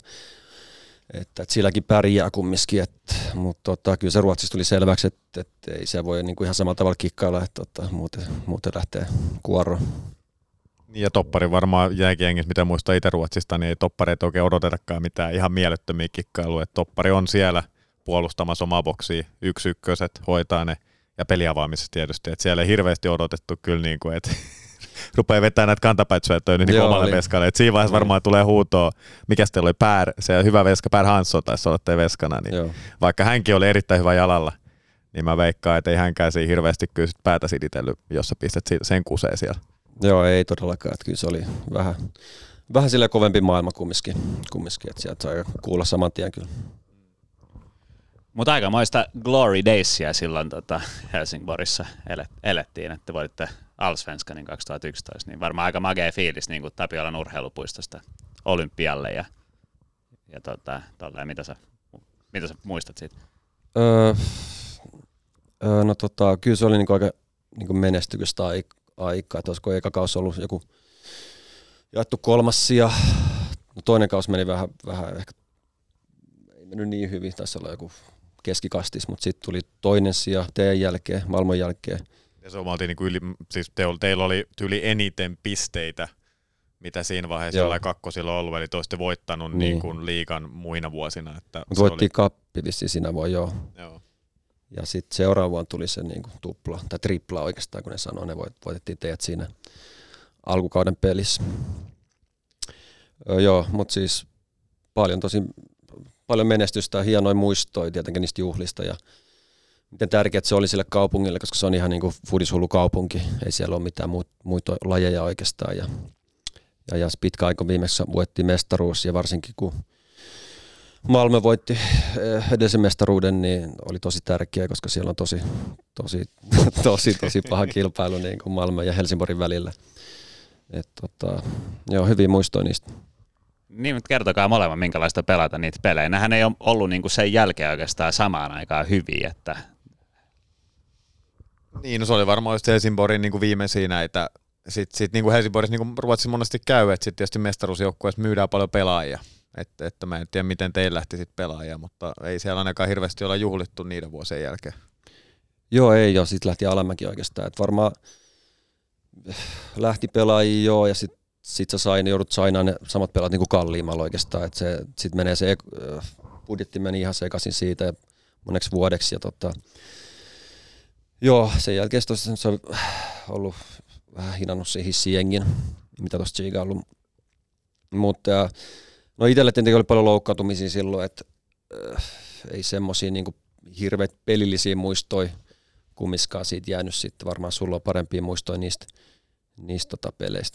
että silläkin pärjää kumminkin, mutta kyllä se Ruotsissa tuli selväksi, että ei se voi niin kuin ihan samalla tavalla kikkailla, että muuten lähtee kuoroon. Ja toppari varmaan jääkiengissä, mitä muistaa itse Ruotsista, niin ei toppareita oikein odotetakaan mitään ihan mielettömiä kikkailuja. Toppari on siellä puolustamassa omaa boksia, 1-1 hoitaa ne ja peliavaamisessa tietysti, että siellä ei hirveästi odotettu kyllä, niin kuin, että rupeaa vetämään näitä kantapäitsyöttöjä niin omalle veskalle. Et siinä vaiheessa varmaan tulee huutoa, mikä sitten oli se hyvä veska, Per Hansson taisi olla veskana, niin vaikka hänkin oli erittäin hyvä jalalla, niin mä veikkaan, että ei hänkään siinä hirveästi kyllä sit päätä siditellyt, jos sä pistät sen kuseen siellä. Joo, ei todellakaan, että kyllä se oli vähän sillä kovempi maailma kumminkin, että sieltä sai kuulla saman tien kyllä. Mutta aikamoista Glory Daysia silloin Helsingborgissa elettiin, että voitte Allsvenskanin 2011, niin varmaan aika magea fiilis niin kuin Tapiolan urheilupuistosta olympialle ja tolleen, mitä sä muistat siitä? Kyllä se oli niinku aika niinku menestyköstä aikaa, että olisiko eka kausi ollut joku jaettu 3. sija. No toinen kausi meni vähän ehkä, ei mennyt niin hyvin, taisi olla joku keskikastis, mutta sitten tuli 2. sija teidän jälkeen, Malmön jälkeen. Ja se oltiin niin siis teillä oli tyyli eniten pisteitä, mitä siinä vaiheessa jollain kakkosilla on ollut, eli te olisitte voittanut niin kuin liigan muina vuosina. Mutta voittiin kappi vissiin siinä voi, joo. Ja sitten seuraava vuonna tuli se niin kuin tupla, tai tripla oikeastaan, kun ne sanoo, ne voitettiin teidät siinä alkukauden pelissä. Joo, mutta siis paljon menestystä ja hienoja muistoja tietenkin niistä juhlista ja miten tärkeää se oli sille kaupungille, koska se on ihan niin kuin foodishullu kaupunki, ei siellä ole mitään muita lajeja oikeastaan ja pitkä aika viimeksi voitti mestaruus ja varsinkin kun Malmö voitti edellisen mestaruuden, niin oli tosi tärkeä, koska siellä on tosi paha kilpailu niin kuin Malmö ja Helsingborgin välillä. Joo, hyvin muistoin niistä. Niin, mutta kertokaa molemmat, minkälaista pelata niitä pelejä. Nämähän ei ole ollut niinku sen jälkeen oikeastaan samaan aikaan hyviä. Että... Niin, no se oli varmaan just Helsingborgin niinku viimeisiä näitä. Sitten niinku Helsingborgissa niinku Ruotsissa monesti käy, että sitten tietysti mestaruusjoukkueessa myydään paljon pelaajia. Että mä en tiedä, miten teillä lähti sitten pelaajia, mutta ei siellä ainakaan hirveästi olla juhlittu niiden vuosien jälkeen. Joo, ei joo, sitten lähti Alamäki oikeastaan. Et varmaan lähti pelaajia joo, ja sitten joudut sainaan ne samat pelaat niinku kalliimmalla oikeastaan. Sitten menee se budjetti meni ihan sekaisin siitä moneksi vuodeksi. Ja joo, sen jälkeen se on ollut vähän hinannut se hissiengin, mitä tuossa Chiga on ollut. Mutta no itselle tietenkin oli paljon loukkaantumisia silloin, että ei semmoisia niinku hirveät pelillisiä muistoja kummiskaan siitä jäänyt sitten. Varmaan sulla on parempia muistoja niistä peleistä.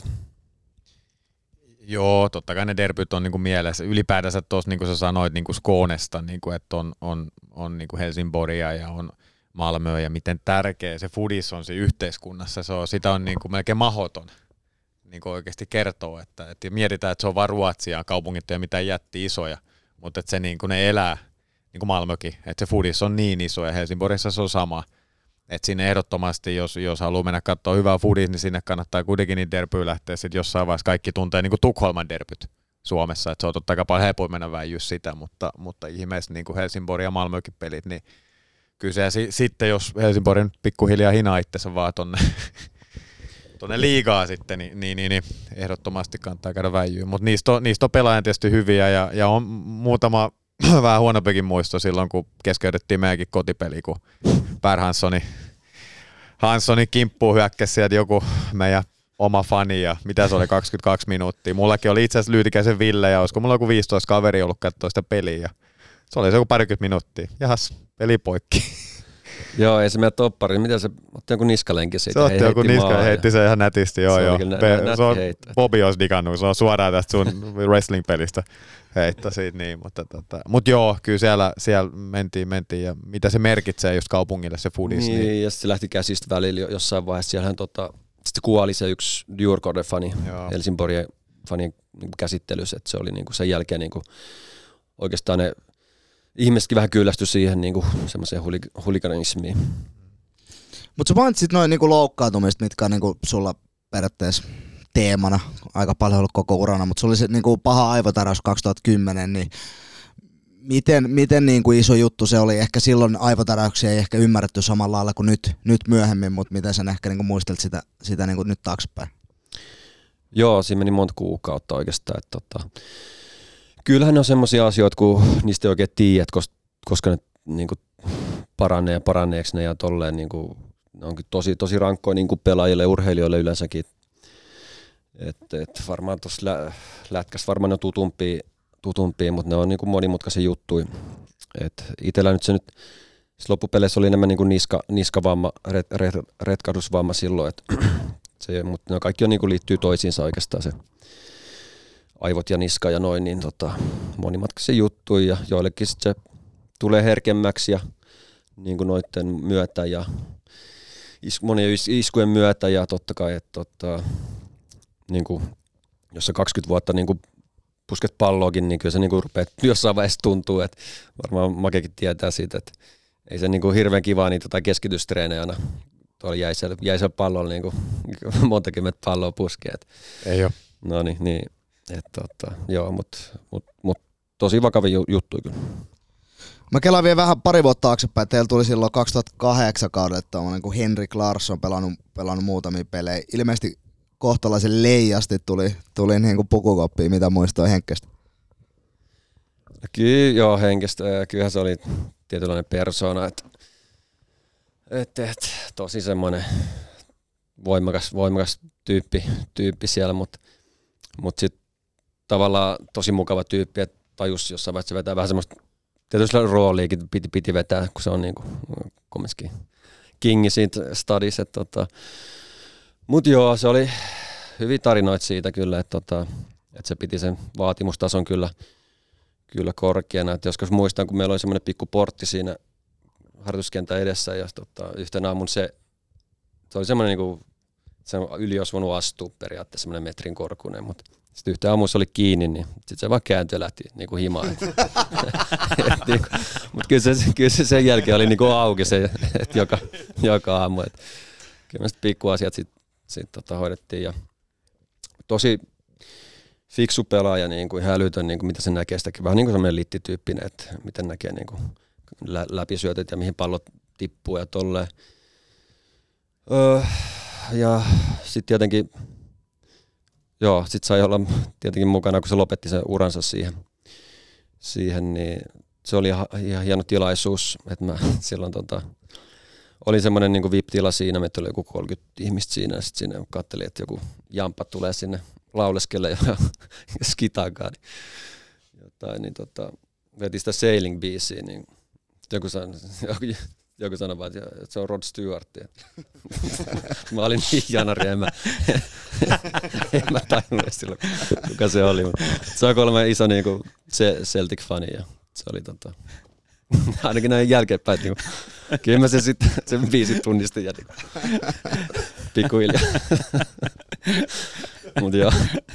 Joo, totta kai ne derbyt on niinku mielessä. Ylipäätänsä tuossa, niin kuin sä sanoit, niinku Skånesta, niinku, että on niinku Helsingborgia ja on Malmö ja miten tärkeä se foodis on siinä yhteiskunnassa. Sitä on niinku melkein mahdoton niinku oikeasti kertoo, että mietitään, että se on vain Ruotsi ja kaupungit ei ole mitään jätti isoja, mutta että se niinku ne elää, niin kuin Malmökin, että se foodis on niin iso ja Helsingborgissa se on sama. Että sinne ehdottomasti, jos haluaa mennä katsoa hyvää foodis, niin sinne kannattaa kuitenkin niin derbyä lähteä sitten jossain vaiheessa. Kaikki tuntee niin kuin Tukholman derbyt Suomessa, että se on totta kai paljon helpoin mennä väijyä sitä, mutta ihmeessä niin kuin Helsingborg ja Malmökin pelit, niin kyllä se sitten, jos Helsingborgin pikkuhiljaa hinaa itsensä vaan tuonne liigaa sitten, niin ehdottomasti kannattaa käydä väijyä. Mutta niistä on pelaajan tietysti hyviä ja on muutama vähän huonompikin muisto silloin, kun keskeytettiin meidänkin kotipeli, kun Per Hanssonin kimppuun hyökkäsi sieltä joku meidän oma fani ja mitä se oli 22 minuuttia. Mullakin oli itse asiassa Lyytikäisen Ville ja olisiko mulla joku 15 kaveri ollut katsoa sitä peliä ja se oli se joku parikymmentä minuuttia. Jahas, peli poikki. Joo, ei se meidän toppari. Mitä se otti joku niskalenki siitä? Se otti joku niska, heitti se ihan nätisti. Joo. Se on Bobi olisi digannut, se on suoraan tästä sun wrestling-pelistä heitto siitä niin. Mutta joo, kyllä siellä mentiin ja mitä se merkitsee just kaupungille se foodis. Niin, ja se lähti käsistä välillä jossain vaiheessa. Siellähän sitten kuoli se yksi Djurgården-fani, Helsingborgin fanin käsittelyssä, että se oli niinku sen jälkeen niinku oikeastaan ne ihmisetkin vähän kyllästyi siihen niinku semmoiseen huliganismiin. Mutta sä mainitsit noin niinku loukkaantumista, mitkä on niinku sulla periaatteessa teemana aika paljon ollut koko urana, mutta se oli se niinku paha aivotaraus 2010, niin miten niinku iso juttu se oli? Ehkä silloin aivotarauksia ei ehkä ymmärretty samalla lailla kuin nyt myöhemmin, mutta miten sä ehkä niinku muistelit sitä niinku nyt taaksepäin? Joo, siinä meni monta kuukautta oikeastaan. Kyllähän ne on semmoisia asioita, kun niistä ei oikein tiedä, koska ne niinku paranee ja paraneeko ne ja tolleen niinku, ne onkin tosi rankkoja niinku pelaajille ja urheilijoille yleensäkin. Et varmaan tuossa lätkässä varmaan ne on tutumpia, mutta ne on niinku monimutkaisia juttuja. Itsellä nyt se nyt loppupeleissä oli enemmän niinku niskavamma, retkahdusvamma silloin, mutta ne kaikki on niinku liittyy toisiinsa oikeastaan se aivot ja niska ja noin, niin monimutkaisia juttuja ja joillekin sitten se tulee herkemmäksi ja niinku noitten myötä ja monien iskujen myötä ja totta kai, että niinku, jos sä 20 vuotta niinku pusket palloakin, niin kyllä se niinku rupeaa jossain vaiheessa tuntuu, että varmaan Makekin tietää siitä, että ei se niinku hirveän kivaa niitä keskitystreenejä aina tuolla jäisellä pallolla niinku monta kymmentä palloa puskee. Ei ole. No niin. Joo, mut tosi vakavia juttuja kyllä. Mä kelaan vielä vähän pari vuotta taaksepäin. Teillä tuli silloin 2008 kaudella tommonen, kun Henrik Larsson pelannut muutamia pelejä. Ilmeisesti kohtalaisen leijasti tuli niin kuin pukukoppiin, mitä muistoi Henkkestä. Kyllä, joo, Henkestä. Kyllähän se oli tietynlainen persona, että tosi semmoinen voimakas tyyppi siellä, mutta sitten tavallaan tosi mukava tyyppi, että tajus jossain vaiheessa vetää vähän semmoista tietysti rooliikin piti vetää, kun se on niinku kumminkin kingi siitä stadissa. Mutta joo, se oli hyviä tarinoita siitä kyllä, että se piti sen vaatimustason kyllä korkeana. Et joskus muistan, kun meillä oli semmoinen pikku portti siinä harjoituskentän edessä ja yhtenä aamun se oli semmoinen niinku, se yli olisi voinut astua periaatteessa semmoinen metrin korkuinen, mutta sitten yhtenä aamuun se oli kiinni, niin sitten se vaan kääntyi lähti niinku himaan. Mutta kyllä se sen jälkeen oli niinku auki se, että joka aamu. Et kyllä me sitten pikkuasiat sitten hoidettiin. Ja tosi fiksu pelaaja, niinku, ihan älytön, niinku, mitä se näkee sitäkin. Vähän niin kuin semmoinen littityyppinen, että miten näkee niinku, läpisyötöt ja mihin pallot tippuu ja tolleen. Ja sitten tietenkin, joo, sit sai olla tietenkin mukana, kun se lopetti sen uransa siihen niin se oli ihan hieno tilaisuus, että mä silloin oli semmoinen niin kuin VIP-tila siinä, meitä oli joku 30 ihmistä siinä, ja sitten siinä katselin, että joku jamppa tulee sinne lauleskelle ja skitaankaan, niin veti sitä Sailing-biisiä, niin joku sanoi vaan, että se on Rod Stewart. Mä olin niin janari, en mä tajunnut silloin, kuka se oli. Se on kolme iso niinku Celtic-fani ja se oli ainakin näin jälkeenpäin. Niinku. Kyllä mä sen biisin tunnistin ja niinku, pikkuhiljaa. Mut joo.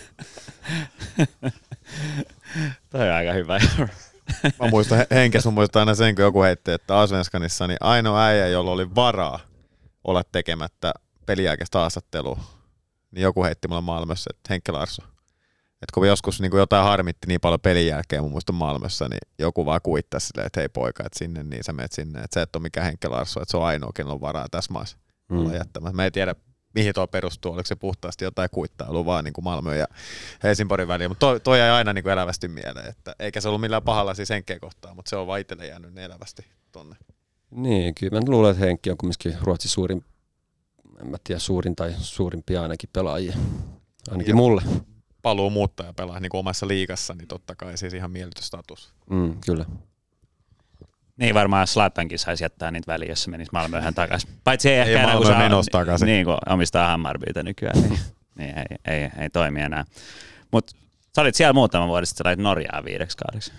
Toi on aika hyvä. Mä muistan aina sen, kun joku heitti, että Allsvenskanissa niin ainoa äijä, jolla oli varaa olla tekemättä peliaikaista haastattelua, niin joku heitti mulle Malmössä, että Henkke Larsson. Että kun joskus niin kun jotain harmitti niin paljon pelin jälkeen mun muistan Malmössä, niin joku vaan kuittasi silleen, että hei poika, että sinne, niin sä menet sinne. Että sä et ole mikään Henkke Larsson, että se on ainoa, kenellä on varaa tässä maassa olla jättämässä. Mä en tiedä, mihin tuo perustuu, oliko se puhtaasti jotain kuittailua vaan niin kuin Malmö ja Helsingborgin väliin, mutta toi jäi aina niin kuin elävästi mieleen, että eikä se ollut millään pahalla siis Henkeä kohtaan, mutta se on vaan itselle jäänyt elävästi tonne. Niin, kyllä mä luulen, että Henkki on kumminkin Ruotsin suurin, en mä tiedä suurin tai suurimpia ainakin pelaajia, ainakin mulle. Paluu muuttaa ja pelaa niin kuin omassa liigassa, niin totta kai siis ihan miellytys status. Kyllä. Niin varmaan Zlatankin saisi jättää niitä väliin, jos se menisi Malmöhän takaisin. Paitsi ei ehkä enää, kun takaisin. Niin, kun omistaa Hammarbytä nykyään, niin ei toimi enää. Mutta sä olit siellä muutaman vuoden sitten, sä lait Norjaa 5 kaudeksi.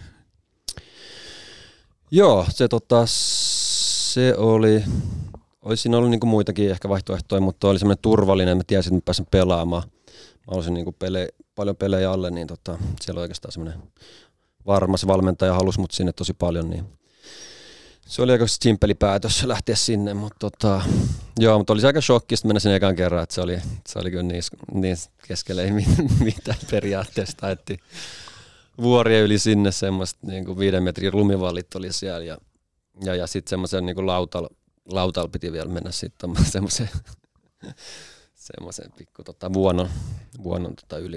Joo, se oli, olisi siinä ollut niinku muitakin ehkä vaihtoehtoja, mutta oli semmoinen turvallinen, mä tiesin, että mä pääsen pelaamaan. Mä halusin niinku paljon pelejä alle, niin siellä oli oikeastaan semmoinen varma, se valmentaja halusi mut sinne tosi paljon, niin se oli aika simppeli päätös lähteä sinne, mutta mutta oli se aika shokkista mennä sinne ekan kerran, että se oli kyllä niin keskellä ei mitään periaatteessa. Taettiin vuoria yli sinne, semmoista niin kuin 5 metrin lumivallit oli siellä ja sitten semmoisen niin kuin lautalla piti vielä mennä sitten semmoisen pikku vuonon yli.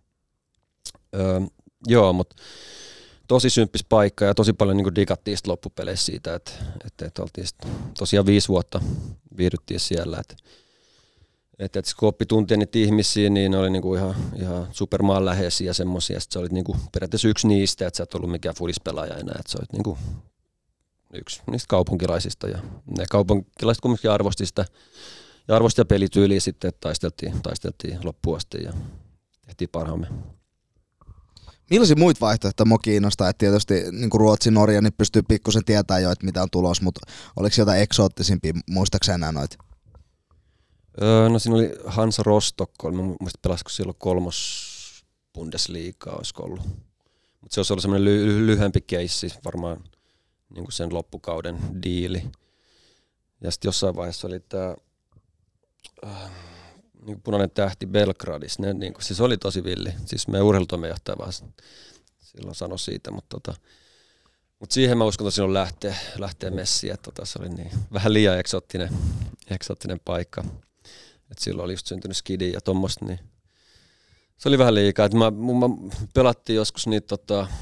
Joo, mutta tosi symppis paikka ja tosi paljon niin digattiin loppupeleissä siitä, että oltiin tosiaan 5 vuotta viihdyttiin siellä. Että kun oppi tuntia niitä ihmisiä, niin ne oli niinku ihan supermaanläheisiä ja semmoisia. Sitten sä olit niinku periaatteessa yksi niistä, että sä et ollut mikään fudispelaaja enää. Että sä olit niinku yksi niistä kaupunkilaisista. Ja ne kaupunkilaiset kumminkin arvosti sitä ja arvosti pelityyliä sitten, että taisteltiin loppuun asti ja tehtiin parhaamme. Millaisia muita vaihtoehtoja mua kiinnostaa, että tietysti niin kuin Ruotsi, Norja, niin pystyy pikkusen tietämään jo, että mitä on tulos, mutta oliko jotain eksoottisimpia, muistaakseni enää noita? No siinä oli Hansa Rostock, mä muistan pelasiko silloin 3. Bundesliigaa olisiko ollut. Mutta se olisi ollut semmoinen lyhyempi keissi, varmaan niin kuin sen loppukauden diili. Ja sitten jossain vaiheessa oli tämä, niin Punainen Tähti Belgradissa, ne niin kuin, siis oli tosi villi. Siis meidän urheilutoimenjohtaja vaan silloin sanoi siitä, mutta siihen mä uskon silloin lähteä messiin, että se oli niin vähän liian eksoottinen paikka. Et silloin oli just syntynyt skidi ja tommoista, niin se oli vähän liikaa. Mä pelattiin joskus niitä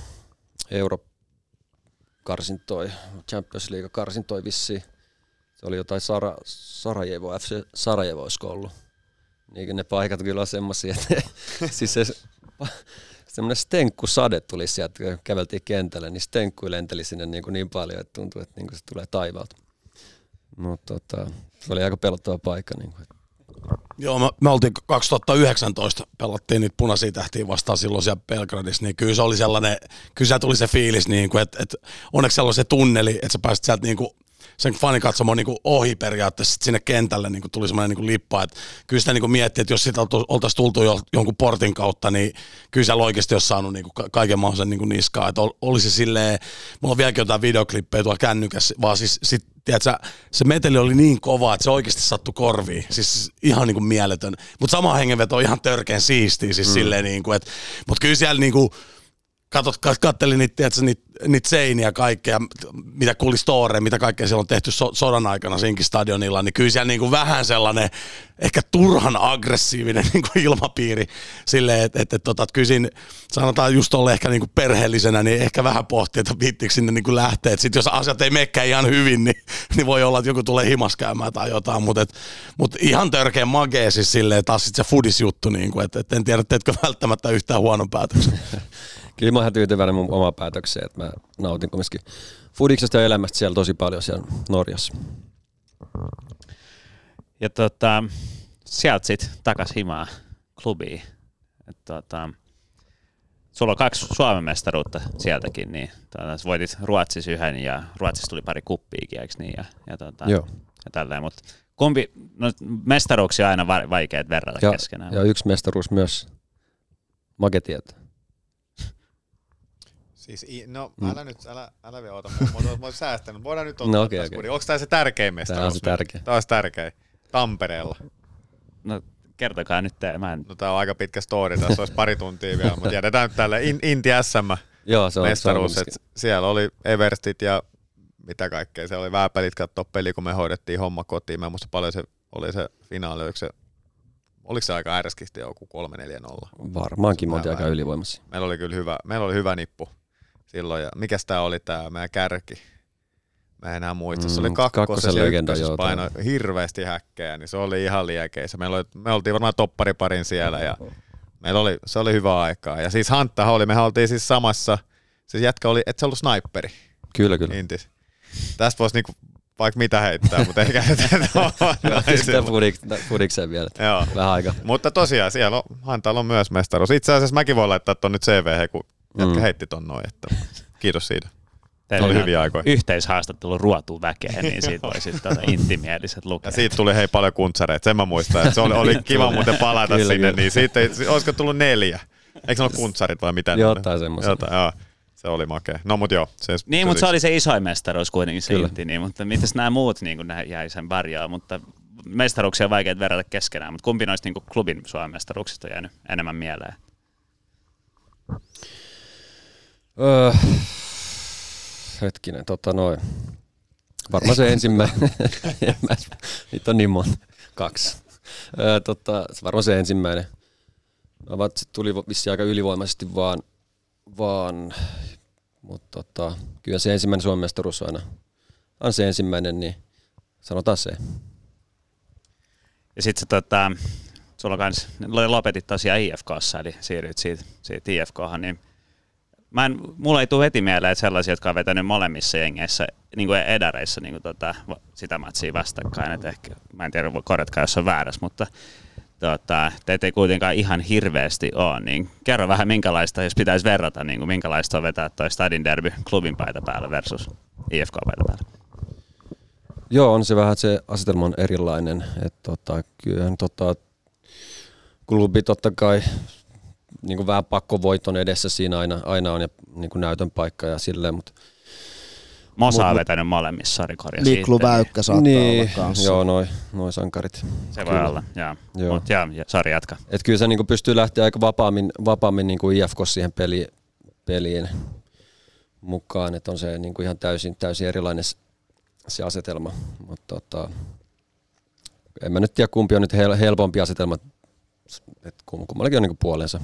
Euro-karsintoja, Champions League-karsintoja vissiin. Se oli jotain Sarajevo, FC Sarajevo olisiko ollut. Niin ne paikat kyllä on semmosia, että siis semmoinen stenkkusade tuli sieltä, kun käveltiin kentälle, niin stenkku lenteli sinne niin paljon, että tuntui, että se tulee taivaalta. Mutta se oli aika pelottava paikka. Joo, me oltiin 2019, pelattiin niitä Punaisia Tähtiä vastaan silloin siellä Belgradissa, niin kyllä se oli sellainen, kyllä tuli se fiilis, että onneksi siellä oli se tunneli, että sä pääsit sieltä sen fanikatsomo ohi periaatteessa sinne kentälle tuli semmoinen lippa, että kyllä sitä miettii, että jos sitä oltaisiin tultu jonkun portin kautta, niin kyllä siellä oikeasti olisi saanut kaiken mahdollisen niskaa, että olisi silleen, mulla on vieläkin jotain videoklippejä tuolla kännykässä, vaan siis tiedätkö, se meteli oli niin kova, että se oikeasti sattui korviin, siis ihan mieletön, mutta sama hengenveto on ihan törkeän siistiä, siis silleen mutta kyllä siellä kattelin niitä seiniä ja kaikkea, mitä kuuli storeja, mitä kaikkea siellä on tehty sodan aikana siinkin stadionilla, niin kyllä siellä vähän sellainen ehkä turhan aggressiivinen ilmapiiri silleen, että kyllä siinä sanotaan just olle ehkä perheellisenä, niin ehkä vähän pohtii, että viittiinkö sinne lähteä. Sitten jos asiat ei menekään ihan hyvin, niin voi olla, että joku tulee himas käymään tai jotain, mutta ihan törkeä magee siis silleen, taas sitten se foodis-juttu, että en tiedä, teetkö välttämättä yhtään huonon päätöksen. Kyllä mä oon ihan tyytyväinen mun omaan päätökseen, että mä nautin kumminkin foodiksesta ja elämästä siellä tosi paljon siellä Norjassa. Ja sieltä sitten takas himaa klubiin. Sulla on 2 Suomen mestaruutta sieltäkin, niin voitit Ruotsissa yhden ja Ruotsissa tuli pari kuppiikin, eikö niin? Joo. Ja tälleen, mutta kumpi, mestaruuksia on aina vaikeat verrata keskenään. Ja yksi mestaruus myös Magetietä. Siis, älä vielä ota, mä oon säästänyt. Voidaan nyt ottaa okay. Onko tämä se tärkein mestaruus? Tämä on se tärkein. Tämä on se tärkein. Tampereella. No kertokaa nyt No tää on aika pitkä story, tässä olisi pari tuntia vielä, mutta jätetään nyt tälle Inti SM-mestaruus. Siellä oli Everstit ja mitä kaikkea. Se oli vääpälit katsoa peli, kun me hoidettiin homma kotiin. Mä en muista paljon se oli se finaali, oliko se aika ärskisti joku 3-4-0? Varmaankin me oltiin aika ylivoimassa. Meillä oli kyllä hyvä nippu silloin. Ja mikäs tää oli tää meidän kärki? Mä en enää muista. Se oli kakkosen ja ykkösessä paino hirveästi häkkejä, niin se oli ihan liekeissä. Me oltiin varmaan toppariparin siellä ja se oli hyvä aikaa. Ja siis Hanttahan oli, mehän oltiin siis samassa, siis jätkä oli, et se ollut sniperi. Kyllä. Intis. Tästä voisi niinku vaikka mitä heittää, mutta eikä sitä fudikseen vielä. Joo. Vähän aika. Mutta tosiaan siellä Hantalla on myös mestaruus. Itse asiassa mäkin voin laittaa ton nyt CV:hen, kun jätkä heitti ton noin. Että kiitos siitä. Teillä oli hyviä aikoja. Yhteishaastattelu ruotuväkeen, niin siitä voi sitten intimieliset lukea. Ja siitä tuli paljon kuntsareita, sen mä muistan. Että se oli kiva muuten palata sinne, kyllä. Niin siitä olisiko tullut 4? Eikö se ollut kuntsarit vai mitä? Jotain semmoista. Joo. Se oli makea. No mut joo. Mutta se oli se isoin mestaruus kuitenkin se Inti, niin, mutta mitäs nämä muut niin jäi sen varjaa, mutta mestaruuksia on vaikea verrata keskenään, mutta kumpi noista niin klubin Suomen mestaruuksista on jäänyt enemmän mieleen? Hetkinen, varmaan se ensimmäinen, niitä on niin monta, 2. Varmaan se ensimmäinen. Se tuli vissiin aika ylivoimaisesti vaan mutta kyllä se ensimmäinen Suomen mestaruus on se ensimmäinen, niin sanotaan se. Ja sitten sulla kans lopetit tosiaan IFK:ssa, eli siirryt siitä IFK:han, niin mulla ei tule heti mieleen, että sellaisia, jotka on vetänyt molemmissa jengeissä niin kuin edareissa niin kuin sitä matsia vastakkain, että ehkä, mä en tiedä, korjatkaa jos on väärässä, mutta teitä ei kuitenkaan ihan hirveästi ole, niin kerro vähän minkälaista, jos pitäisi verrata, niin kuin minkälaista on vetää toi Stadin derby klubin paita päällä versus IFK paita päällä. Joo, on se vähän, se asetelma on erilainen, että kyllähän klubi totta kai niin kuin vähän pakkovoiton edessä siinä aina on ja niin kuin näytön paikka ja silleen, Mosa on vetänyt molemmissa sarjakorjassa. Miklu Väykkä saattaa olla kanssa. Joo, noi sankarit. Se voi olla, joo. Mut Sari jatka. Et kyllä se niinku pystyy lähteä aika vapaammin niinku IFK siihen peliin mukaan, että on se niinku ihan täysin erilainen se asetelma. Mutta en mä nyt tiedä, kumpi on nyt helpompi asetelma, että kummallakin on niinku puolensa.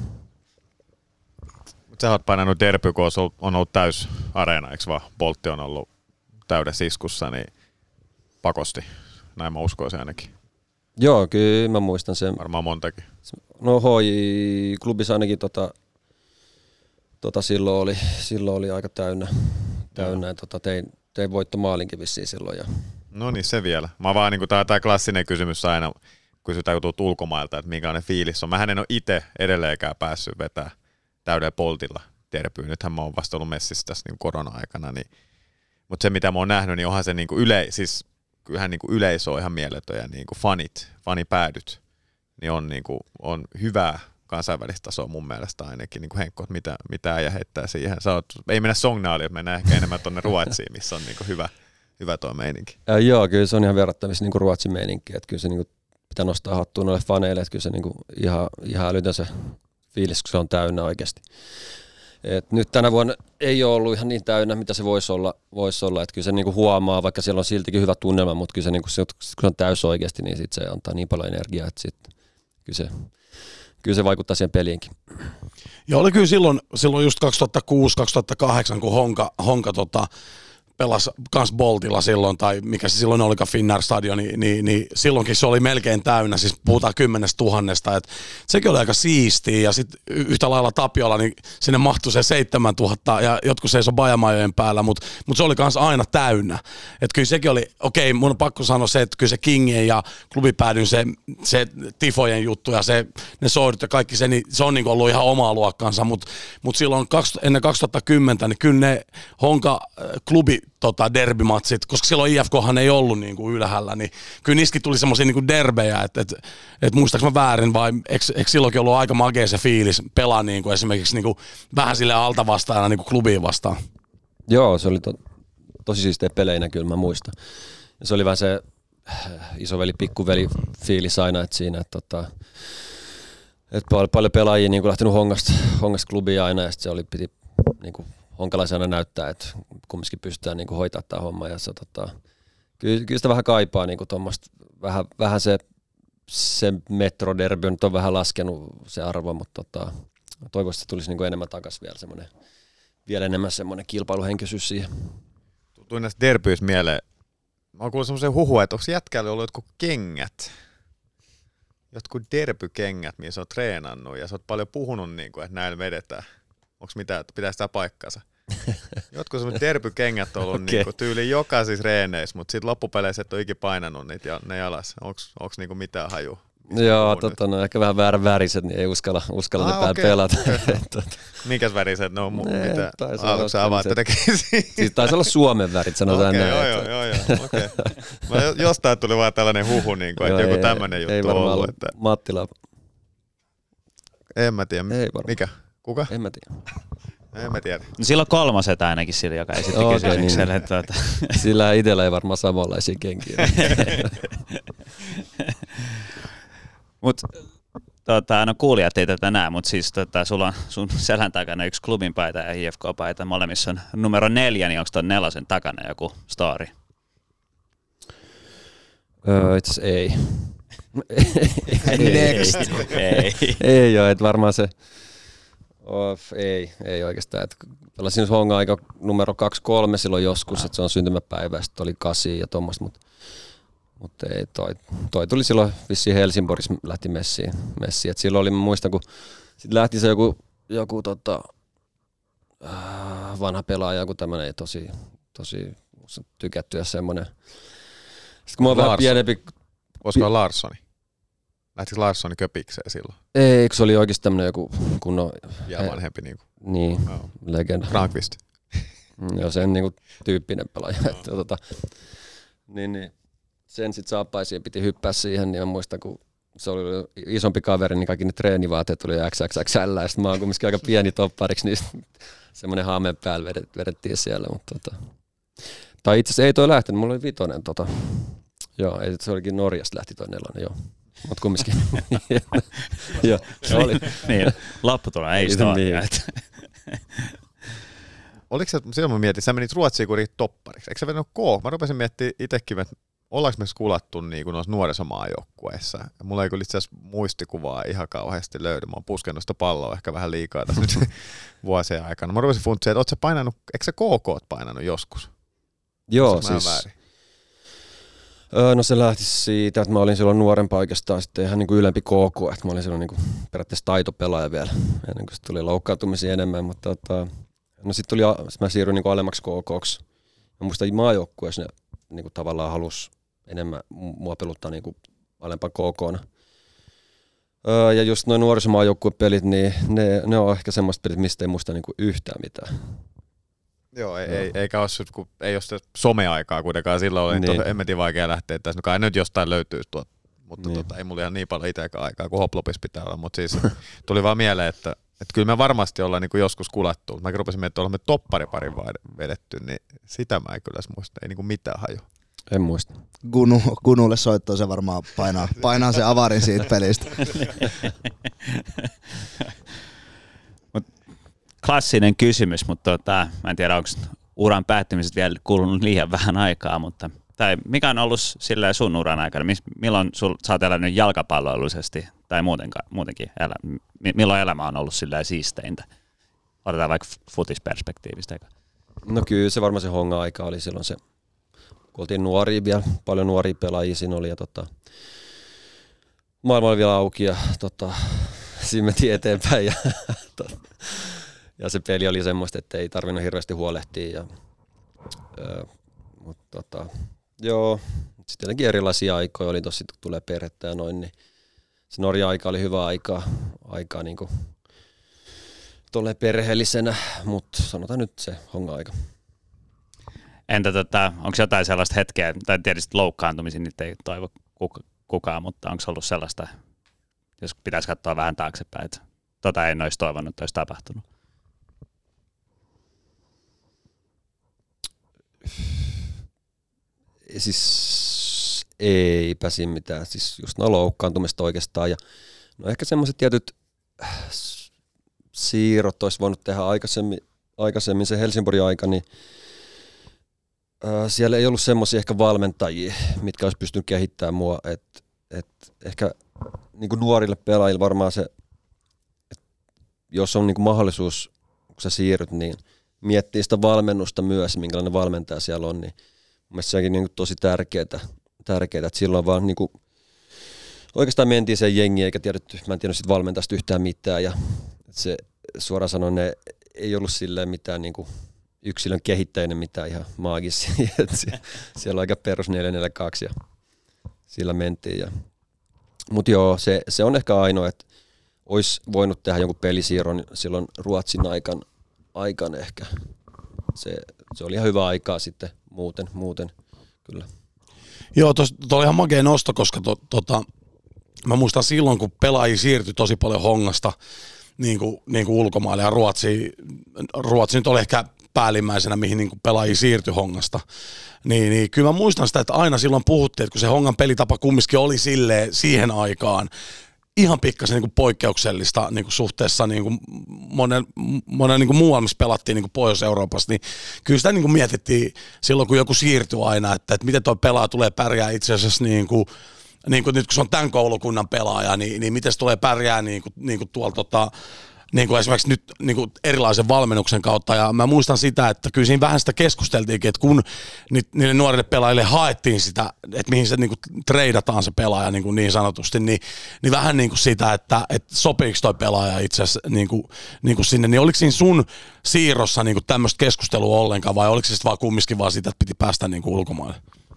Sä oot painanut derby, kun on ollut täys areena, eikö vaan? Boltti on ollut täydessä iskussa, niin pakosti. Näin mä uskoisin ainakin. Joo, kyllä mä muistan sen. Varmaan montakin. No klubissa ainakin silloin oli aika täynnä. Tein voittomaalinkin vissiin silloin. No niin, se vielä. Mä vaan niin tää klassinen kysymys aina, kun kysytään jutut ulkomailta, että minkälainen fiilis on. Mähän en ole itse edelleenkään päässyt vetämään täydellä poltilla derbyyn. Nythän mä oon vasta ollut messissä tässä niin korona-aikana. Niin. Mutta se, mitä mä oon nähnyt, niin onhan se niin siis kyllähän niin yleisö on ihan mieletön ja niin fanipäädyt, niin on hyvää kansainvälistä tasoa mun mielestä ainakin. Niin Henkko, mitä äijä heittää siihen. Ei mennä Sognaaliin, mennään ehkä enemmän tuonne Ruotsiin, missä on niin hyvä tuo meininki. Joo, kyllä se on ihan verrattavissa niin Ruotsin meininki. Että kyllä se niin pitää nostaa hattua noille faneille, että kyllä se niin ihan älytön se fiilis, kun se on täynnä oikeasti. Et nyt tänä vuonna ei ole ollut ihan niin täynnä, mitä se voisi olla. Että kyllä se niinku huomaa, vaikka siellä on siltikin hyvä tunnelma, mutta kyllä se, niinku, kun se on täys oikeasti, niin sit se antaa niin paljon energiaa, että kyllä se vaikuttaa siihen peliinkin. Ja oli kyllä silloin just 2006-2008, kun Honka pelasi kans Boltilla silloin, tai mikä se silloin olikaan Finnair Stadion, niin silloinkin se oli melkein täynnä, siis puhutaan 10 000, että sekin oli aika siistiä, ja sitten yhtä lailla Tapiola, niin sinne mahtui se 7 000, ja jotkut seisoi bajamajojen päällä, mutta se oli kans aina täynnä. Että kyllä sekin oli, okei, mun on pakko sanoa se, että kyllä se Kingien ja klubipäädyn se tifojen juttu, ja ne soidut ja kaikki se, niin se on niinku ollut ihan omaa luokkaansa, mutta silloin ennen 2010, niin kyllä ne Honka-klubi derbymatsit, koska silloin IFKhan ei ollut niinku ylhäällä, niin kyllä niissäkin tuli semmoisia niinku derbejä, että muistaaks mä väärin vai eikö silloinkin ollut aika magea se fiilis pelaa niinku esimerkiksi niinku vähän sille alta vastaajana niinku klubiin vastaan. Joo, se oli tosi siistejä peleinä kyllä, mä muistan. Ja se oli vähän se isoveli, pikkuveli fiilis aina, että siinä, että paljon pelaajia niinku lähtenyt Hongasta klubiin aina, ja sitten se piti niinku honkalaisena näyttää, että kumminkin pystytään niinku hoitaa tämä homma. Ja se, kyllä sitä vähän kaipaa, niinku vähän se metroderby nyt on vähän laskenut se arvo, mutta toivottavasti tulisi niinku enemmän takaisin vielä enemmän semmoinen kilpailuhenkisyys siihen. Tuli näistä derbyistä mieleen. Mä oon kuullut semmoisen huhua, että onko jätkällä ollut jotkut kengät? Jotkut derbykengät, missä oot treenannut ja sä oot paljon puhunut, niinku, että näillä vedetään. Onko mitään, että pitää sitä paikkansa? Jotkut semmoiset derbykengät on ollut niinku tyyli jokaisissa reeneissä, mutta sitten loppupeleissä et ole ikinä painanut niitä ne jalas. Onko niinku mitään hajua? Joo, no ehkä vähän väärän väriset, niin ei uskalla ne pelata. Minkäs väriset ne on? Mitä? Haluatko sä avaa tätä kesiä? Siis taisi olla Suomen värit, sanotaan näin. Joo, okei. Jostain tuli vaan tällainen huhu, että joku tämmöinen juttu on ollut. Mattila. En mä tiedä. Mikä? Kuka? En mä tiedä. En mä tiedä. No silloin kolmoset ainakin sillä, joka esitti kysymykselle. Niin. Sillä itsellä ei varmaan samanlaisia kenkiä. No kuulijat ei tätä näe, mutta siis sulla on sun selän takana yksi klubin paita ja IFK-paita. Molemmissa on numero 4, niin onko tuon 4 takana joku story? Itse asiassa ei. Next. Ei ole, että varmaan se... Ei oikeastaan. Pelasin Honga aika numero 2-3 silloin joskus, että se on syntymäpäivä, sitten oli 8 ja tuommoista, mutta ei, toi tuli silloin vissiin Helsingborgissa lähti messiin. Et silloin oli, mä muistan, kun sit lähti se joku vanha pelaaja, joku tämmönen tosi tykätty ja semmonen. Sitten kun mä oon vähän pienempi... Voisiko olla Larssoni? Lähtikö Larssoni köpikseen silloin? Ei, se oli oikeasti tämmönen joku kunnon... Ja vanhempi niinku. Niin, no. Legenda. Granqvist. Joo, sen niinku tyyppinen pelaaja. No. Niin. Sen sit saappaisiin piti hyppää siihen, niin mä muistan, kun se oli isompi kaveri, niin kaikki ne treenivaateet tuli XXXL, ja sitten mä oon kumminkin aika pieni toppariksi, niin semmoinen haameen päällä vedettiin siellä, mutta Tai itse asiassa ei toi lähtenyt, mulla oli 5. Joo, se olikin Norjasta lähti toi 4, joo. Mut kumminkin. Joo, se oli. Niin, lopputulos ei sitä niin. Oliko se, silloin mä mietin, sä menit Ruotsiin kuitenkin toppariksi. Eikö sä vetänyt Mä rupesin miettimään itsekin, että ollaanko me skulattu niin kuin noissa nuorisomaajoukkueissa. Mulla ei kyllä itse asiassa muistikuvaa ihan kauheasti löydy. Mä oon puskenut sitä palloa ehkä vähän liikaa tässä nyt vuosien aikana. Mä rupesin funtsimaan, että oot sä painanut, eikö sä KK painanut joskus? Joo, siis. No se lähti siitä, että mä olin silloin nuorempaa oikeastaan sitten ihan niin kuin ylempi KK, että mä olin silloin niin kuin periaatteessa taitopelaaja vielä, ennen kuin tuli loukkaantumisia enemmän, mutta no sitten mä siirryin niin kuin alemmaksi KK:ksi. Ja muista maajoukkueessa ne niin kuin tavallaan halusi enemmän mua peluttaa niin kuin alempaan KK:na. Ja just noin nuorisomaajoukkuepelit, niin ne on ehkä semmoista pelit, mistä ei muista niin kuin yhtään mitään. Joo, eikä ole, kun ei ole sitä someaikaa kuitenkaan, silloin oli niin. Emmetin vaikea lähteä tässä. No kai nyt jostain löytyy tuolta, mutta niin. Ei mulla ihan niin paljon itseäkään aikaa kuin Hoplopissa pitää olla, mutta siis tuli vaan mieleen, että kyllä me varmasti ollaan niin kuin joskus kulattu. Mäkin rupesin miettimään, että olemme toppariparin vedetty, niin sitä mä en kyllä muista, ei niin kuin mitään haju. En muista. Gunulle soittoa se varmaan painaa se avarin siitä pelistä. Klassinen kysymys, mutta mä en tiedä, onko uran päättymiset vielä kulunut liian vähän aikaa, mutta mikä on ollut silleen sun uran aikana? Milloin sä oot elänyt jalkapalloilullisesti tai muutenkin milloin elämä on ollut silleen siisteintä? Otetaan vaikka futisperspektiivistä. No kyllä se varmaan se honga-aika oli silloin se, kun oltiin nuoria vielä, paljon nuoria pelaajia siinä oli ja maailma oli vielä auki ja siinä mentiin eteenpäin ja se peli oli semmoista, että ei tarvinnut hirveästi huolehtia. Mutta joo, sitten tietenkin erilaisia aikoja oli tossa, kun tulee perhettä ja noin, niin se Norja-aika oli hyvä aikaa niin kuin tolleen perheellisenä, mutta sanotaan nyt se honga-aika. Entä onko jotain sellaista hetkeä, tai tietysti loukkaantumisia nyt ei toivo kukaan, mutta onko ollut sellaista, jos pitäisi katsoa vähän taaksepäin, että en olisi toivonut, että olisi tapahtunut? Siis eipä siinä mitään, siis just loukkaantumista oikeastaan ja no ehkä semmoiset tietyt siirrot olisi voinut tehdä aikaisemmin se Helsingborgin aika, niin siellä ei ollut semmoisia ehkä valmentajia, mitkä olisi pystynyt kehittämään mua, että ehkä niin kuin nuorille pelaajille varmaan se, että jos on niin kuin mahdollisuus, kun sä siirryt, niin miettii sitä valmennusta myös, minkälainen valmentaja siellä on, niin mun mielestä sekin niin tosi tärkeää, että silloin vaan niin kuin, oikeastaan mentiin sen jengiin, eikä tiedetty, mä en tiedä sit valmentajasta yhtään mitään, ja se suoraan sanoen ne ei ollut silleen mitään niin kuin yksilön kehittäjänä mitään ihan maagisia, siellä on aika perus 4-4-2 ja sillä mentiin. Mutta joo, se on ehkä ainoa, että olisi voinut tehdä jonkun pelisiirron silloin Ruotsin aikaan ehkä. Se oli ihan hyvä aikaa sitten muuten kyllä. Joo, tuo oli ihan makea nosto, koska mä muistan silloin, kun pelaajia siirtyi tosi paljon hongasta niin kuin ulkomaille ja Ruotsi nyt oli ehkä päällimmäisenä, mihin niin kuin pelaajia siirtyi hongasta. Niin kyllä mä muistan sitä, että aina silloin puhuttiin, että kun se hongan pelitapa kumminkin oli siihen aikaan ihan pikkasen niin kuin poikkeuksellista niin kuin suhteessa niin kuin monen niin kuin muualla, missä pelattiin niin kuin Pohjois-Euroopassa, niin kyllä sitä niin kuin mietittiin silloin, kun joku siirtyi aina, että miten tuo pelaaja tulee pärjää itse asiassa niin kuin nyt kun se on tämän koulukunnan pelaaja, niin miten se tulee pärjää niin kuin tuolla niin kuin esimerkiksi nyt niin kuin erilaisen valmennuksen kautta, ja mä muistan sitä, että kyllä siinä vähän sitä keskusteltiinkin, että kun niille nuorille pelaajille haettiin sitä, että mihin se niin kuin treidataan se pelaaja niin sanotusti, niin vähän niin kuin sitä, että sopiiko toi pelaaja itse asiassa niin kuin sinne, niin oliko siinä sun siirrossa niin kuin tämmöistä keskustelua ollenkaan, vai oliko se sitten vaan kumminkin vaan sitä, että piti päästä niin kuin ulkomaille?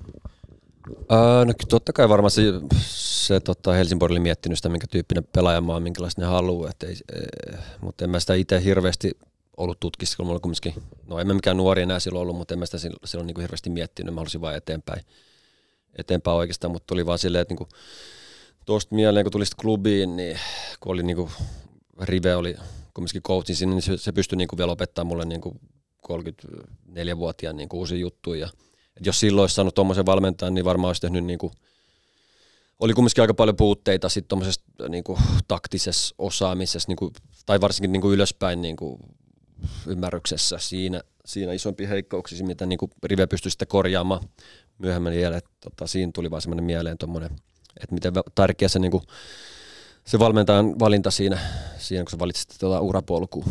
No totta kai varmaan se Helsingborg oli miettinyt sitä, minkä tyyppinen pelaajamaa, minkälaista ne haluaa, mutta en mä sitä itse hirveästi ollut tutkissa, kun mulla oli kumminkin, no en mä mikään nuori enää silloin ollut, mutta en mä sitä silloin niin kuin hirveästi miettinyt, mä halusin vaan eteenpäin oikeastaan, mutta tuli vaan silleen, että niin tuosta mieleen, kun tuli sitten klubiin, niin kun oli niin kuin, Rive oli kumminkin coachin sinne, niin se pystyi niin kuin vielä opettaa mulle niin kuin 34-vuotiaan niin kuin uusia juttuja, Et jos silloin olisi saanut tuommoisen valmentajan, niin varmaan olisi tehnyt niinku, oli kumminkin aika paljon puutteita sitten tuommoisessa niinku taktisessa osaamisessa, niinku, tai varsinkin niinku ylöspäin niinku ymmärryksessä siinä isompia heikkouksia, mitä niinku Rive pystyi sitten korjaamaan myöhemmin vielä. Siinä tuli vaan semmoinen mieleen tuommoinen, että miten tärkeä se, niinku, se valmentajan valinta siinä kun sä valitsit urapolkuun.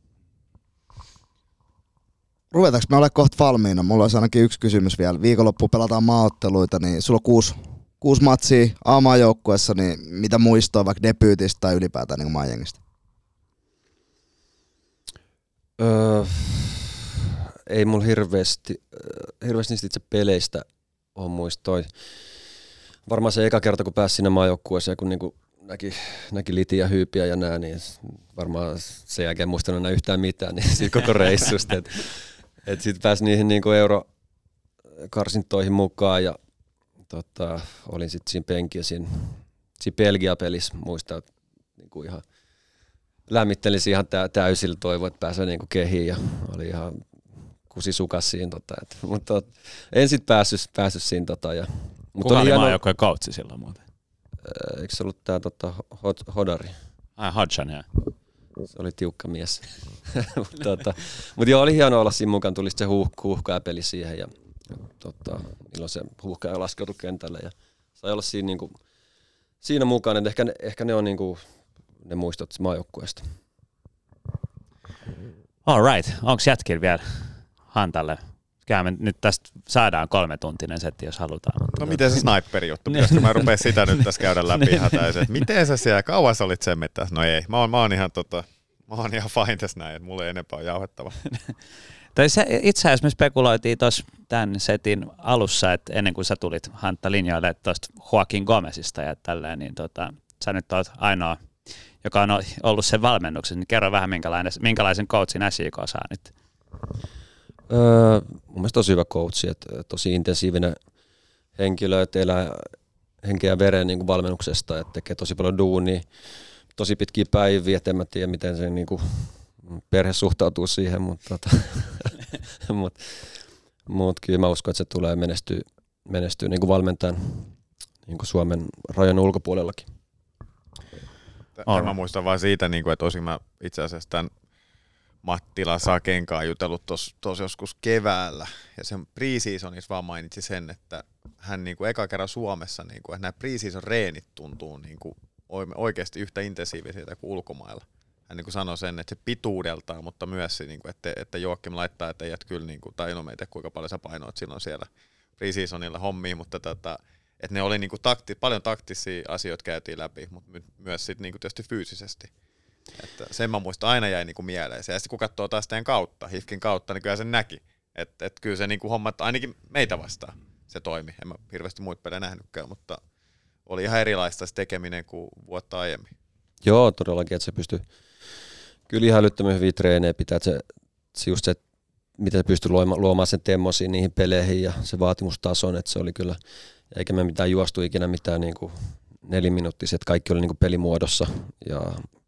Ruvetaanko me olemaan kohta valmiina? Mulla olisi ainakin yksi kysymys vielä. Viikonloppu pelataan maaotteluita, niin sulla on 6 matsia A-maajoukkueessa, niin mitä muistoa vaikka debyytistä tai ylipäätään niin maajengistä? Ei mulla hirveästi niistä itse peleistä on muistoi. Varmaan se eka kerta, kun pääsi sinne maajoukkueeseen, kun niinku näki litiä, hyypiä ja nää, niin varmaan sen jälkeen muistanut enää yhtään mitään niin siitä koko reissusta. Et sitten pääsi niihin niinku eurokarsintoihin mukaan ja olin sitten siinä penkiä siinä Belgia-pelissä, muistan, että niinku ihan lämmittelin ihan täysillä, toivoin, että pääsee niinku kehiin ja oli ihan kusisukas siinä. Mutta en sitten päässyt siinä. Kuka oli maajoukkojen coachi silloin muuten? Eikö se ollut tää Hodari? Hodgson, joo. Se oli tiukka mies. Mutta joo, oli hienoa olla siinä mukaan, tuli se huuhkajapeli siihen ja milloin se huuhkaja laskeutui kentälle ja sai olla siinä, niinku, siinä mukaan, että ehkä ne on niinku, ne muistot maajoukkueesta. All right, onko jätkillä vielä Hantalle? Me nyt tästä saadaan 3-tuntinen setti, jos halutaan. No miten se sniperi-juttu? Pitäisikö mä rupea sitä nyt tässä käydä läpi ihan täysin? Että miten sä siellä, kauan sä olit sen mettässä? No ei, mä oon ihan fine tässä näin, että mulla ei enempää jauhettava. Itse asiassa me spekuloitiin tuossa tämän setin alussa, että ennen kuin sä tulit Hantta linjoille tuosta Joaquin Gomezista ja tälleen, niin sä nyt oot ainoa, joka on ollut sen valmennuksessa, niin kerro vähän minkälaisen coachin SJK saa nyt. Mun mielestä tosi hyvä coachi, että tosi intensiivinen henkilö, että elää henkeä ja veren niin kuin valmennuksesta, että tekee tosi paljon duunia, tosi pitkiä päiviä, että en mä tiedä miten se niin kuin perhe suhtautuu siihen, mutta kyllä mä uskon, että se tulee menestyä niin kuin valmentajan niin kuin Suomen rajan ulkopuolellakin. Mä muistan vaan siitä, että olisin mä itse asiassa tämän Mattila Sakenkaan jutellut tuossa joskus keväällä, ja sen pre-seasonissa vaan mainitsi sen, että hän eka kerran Suomessa, että nämä pre-season reenit tuntuu oikeasti yhtä intensiivisiltä kuin ulkomailla. Hän sanoi sen, että se pituudeltaan, mutta myös se, että Joakim laittaa, että jäät kyllä, tai no meitä kuinka paljon sä painoit silloin siellä pre-seasonilla hommiin, mutta että ne oli paljon taktisia asioita käytiin läpi, mutta myös sitten tietysti fyysisesti. Että sen mä muistan aina jäi mieleen. Ja sitten kun katsoo taas teidän kautta, HIFKin kautta, niin kyllä sen näki. Että kyllä se homma, ainakin meitä vastaan se toimi. En mä hirveästi muita pelejä nähnytkään, mutta oli ihan erilaista se tekeminen kuin vuotta aiemmin. Joo, todellakin, että se pystyy kyllä ihan älyttömän hyviä treenejä pitää. Että se just se, miten se pystyy luomaan sen temmosia niihin peleihin ja se vaatimustason, että se oli kyllä, eikä me mitään juostu ikinä mitään 4 minuuttisia, että kaikki oli pelimuodossa ja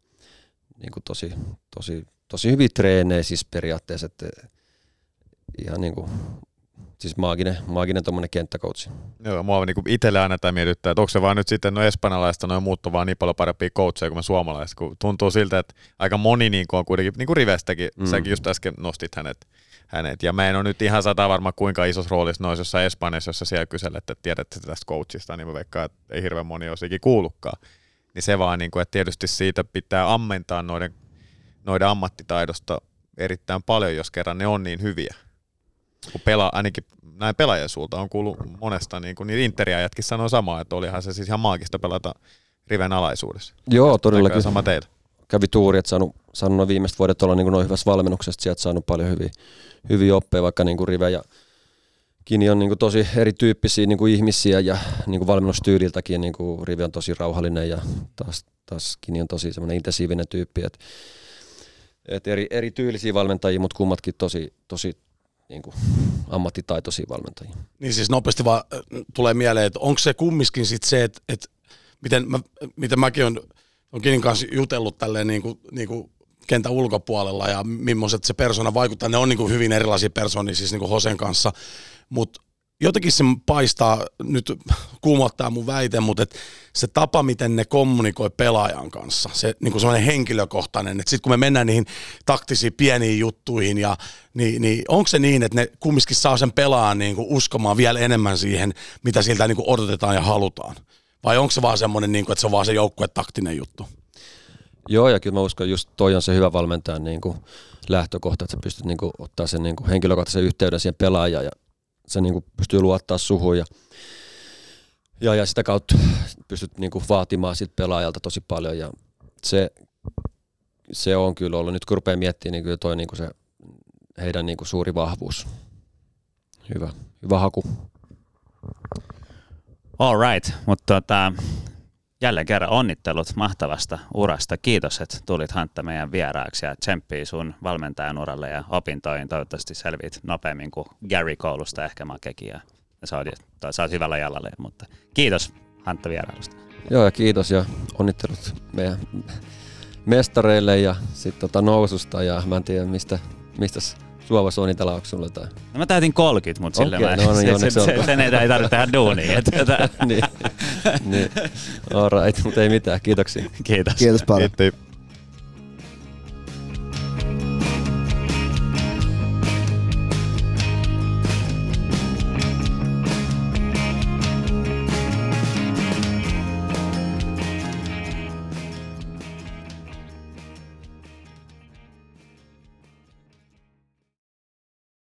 tosi hyviä treenejä siis periaatteessa, että ihan siis maaginen tommonen kenttäkoutsi. Joo, mua itselle aina tämä mietittää, että onko se vaan nyt sitten espanjalaista, noin muut on vaan niin paljon parempia coacheja kuin me suomalaiset, kun tuntuu siltä, että aika moni on kuitenkin, niin kuin Rivestäkin, säkin just äsken nostit hänet, ja mä en ole nyt ihan varma kuinka isossa roolissa noissa jossain Espanjassa, jossa siellä kyselet, että tiedätte tästä coachista, niin mä veikkaan, että ei hirveän moni olisi ikinä kuullutkaan. Niin se vaan, että tietysti siitä pitää ammentaa noiden ammattitaidosta erittäin paljon, jos kerran ne on niin hyviä. Kun ainakin näin pelaajien suulta on kuullut monesta, niin Interia jätkin sanoo samaa, että olihan se siis ihan maagista pelata Riven alaisuudessa. Joo, todellakin. Sama teillä. Kävi tuuri, että saanut noin viimeiset vuodet olla noin hyvässä valmennuksesta, sieltä saanut paljon hyviä oppeja, vaikka Rive ja Kini on tosi erityyppisiä ihmisiä ja valmennustyyliltäkin Rive on tosi rauhallinen ja taas Kini on tosi semmoinen intensiivinen tyyppi, että eri tyylisiä valmentajia, mutta kummatkin tosi ammattitaitoisia valmentajia. Niin siis nopeasti vaan tulee mieleen, että onko se kumminkin sit se, että miten mäkin on Kinin kanssa jutellut tälleen kentän ulkopuolella ja millaiset se persona vaikuttaa. Ne on hyvin erilaisia persoonia siis Hosen kanssa, mutta jotenkin se paistaa, nyt kuumottaa mun väite, mutta se tapa, miten ne kommunikoi pelaajan kanssa, se niin kuin sellainen henkilökohtainen, että sitten kun me mennään niihin taktisiin pieniin juttuihin, niin onko se niin, että ne kumminkin saa sen pelaajan niin kuin uskomaan vielä enemmän siihen, mitä siltä niin kuin odotetaan ja halutaan? Vai onko se vaan semmoinen, niin kuin, että se on vaan se joukkuetaktinen juttu? Joo, ja kyllä mä uskon, just toi on se hyvä valmentajan niin kuin lähtökohta, että sä pystyt niin kuin ottaa sen niin kuin henkilökohtaisen yhteyden siihen pelaajaan ja se niin kuin pystyy luottaa suhun ja sitä kautta pystyt niin kuin vaatimaan sit pelaajalta tosi paljon ja se on kyllä ollut, nyt kun rupeaa miettimään, niin kyllä toi niin kuin se heidän niin kuin suuri vahvuus. Hyvä haku. All right, mutta jälleen kerran onnittelut mahtavasta urasta. Kiitos, että tulit Hantta meidän vieraaksi ja tsemppii sun valmentajan uralle ja opintoihin. Toivottavasti selviit nopeammin kuin Gary koulusta ehkä Makekin ja sä oot hyvällä jalalla. Mutta kiitos Hantta vierailusta. Joo ja kiitos ja onnittelut meidän mestareille ja sitten noususta ja mä en tiedä mistä Suova suunnitella, onko sulla jotain? No mä täytin 30, mutta okay, sen ei tarvitse tehdä duunia. niin. All right, mutta ei mitään. Kiitoksia. Kiitos. Kiitos paljon. Kiitos.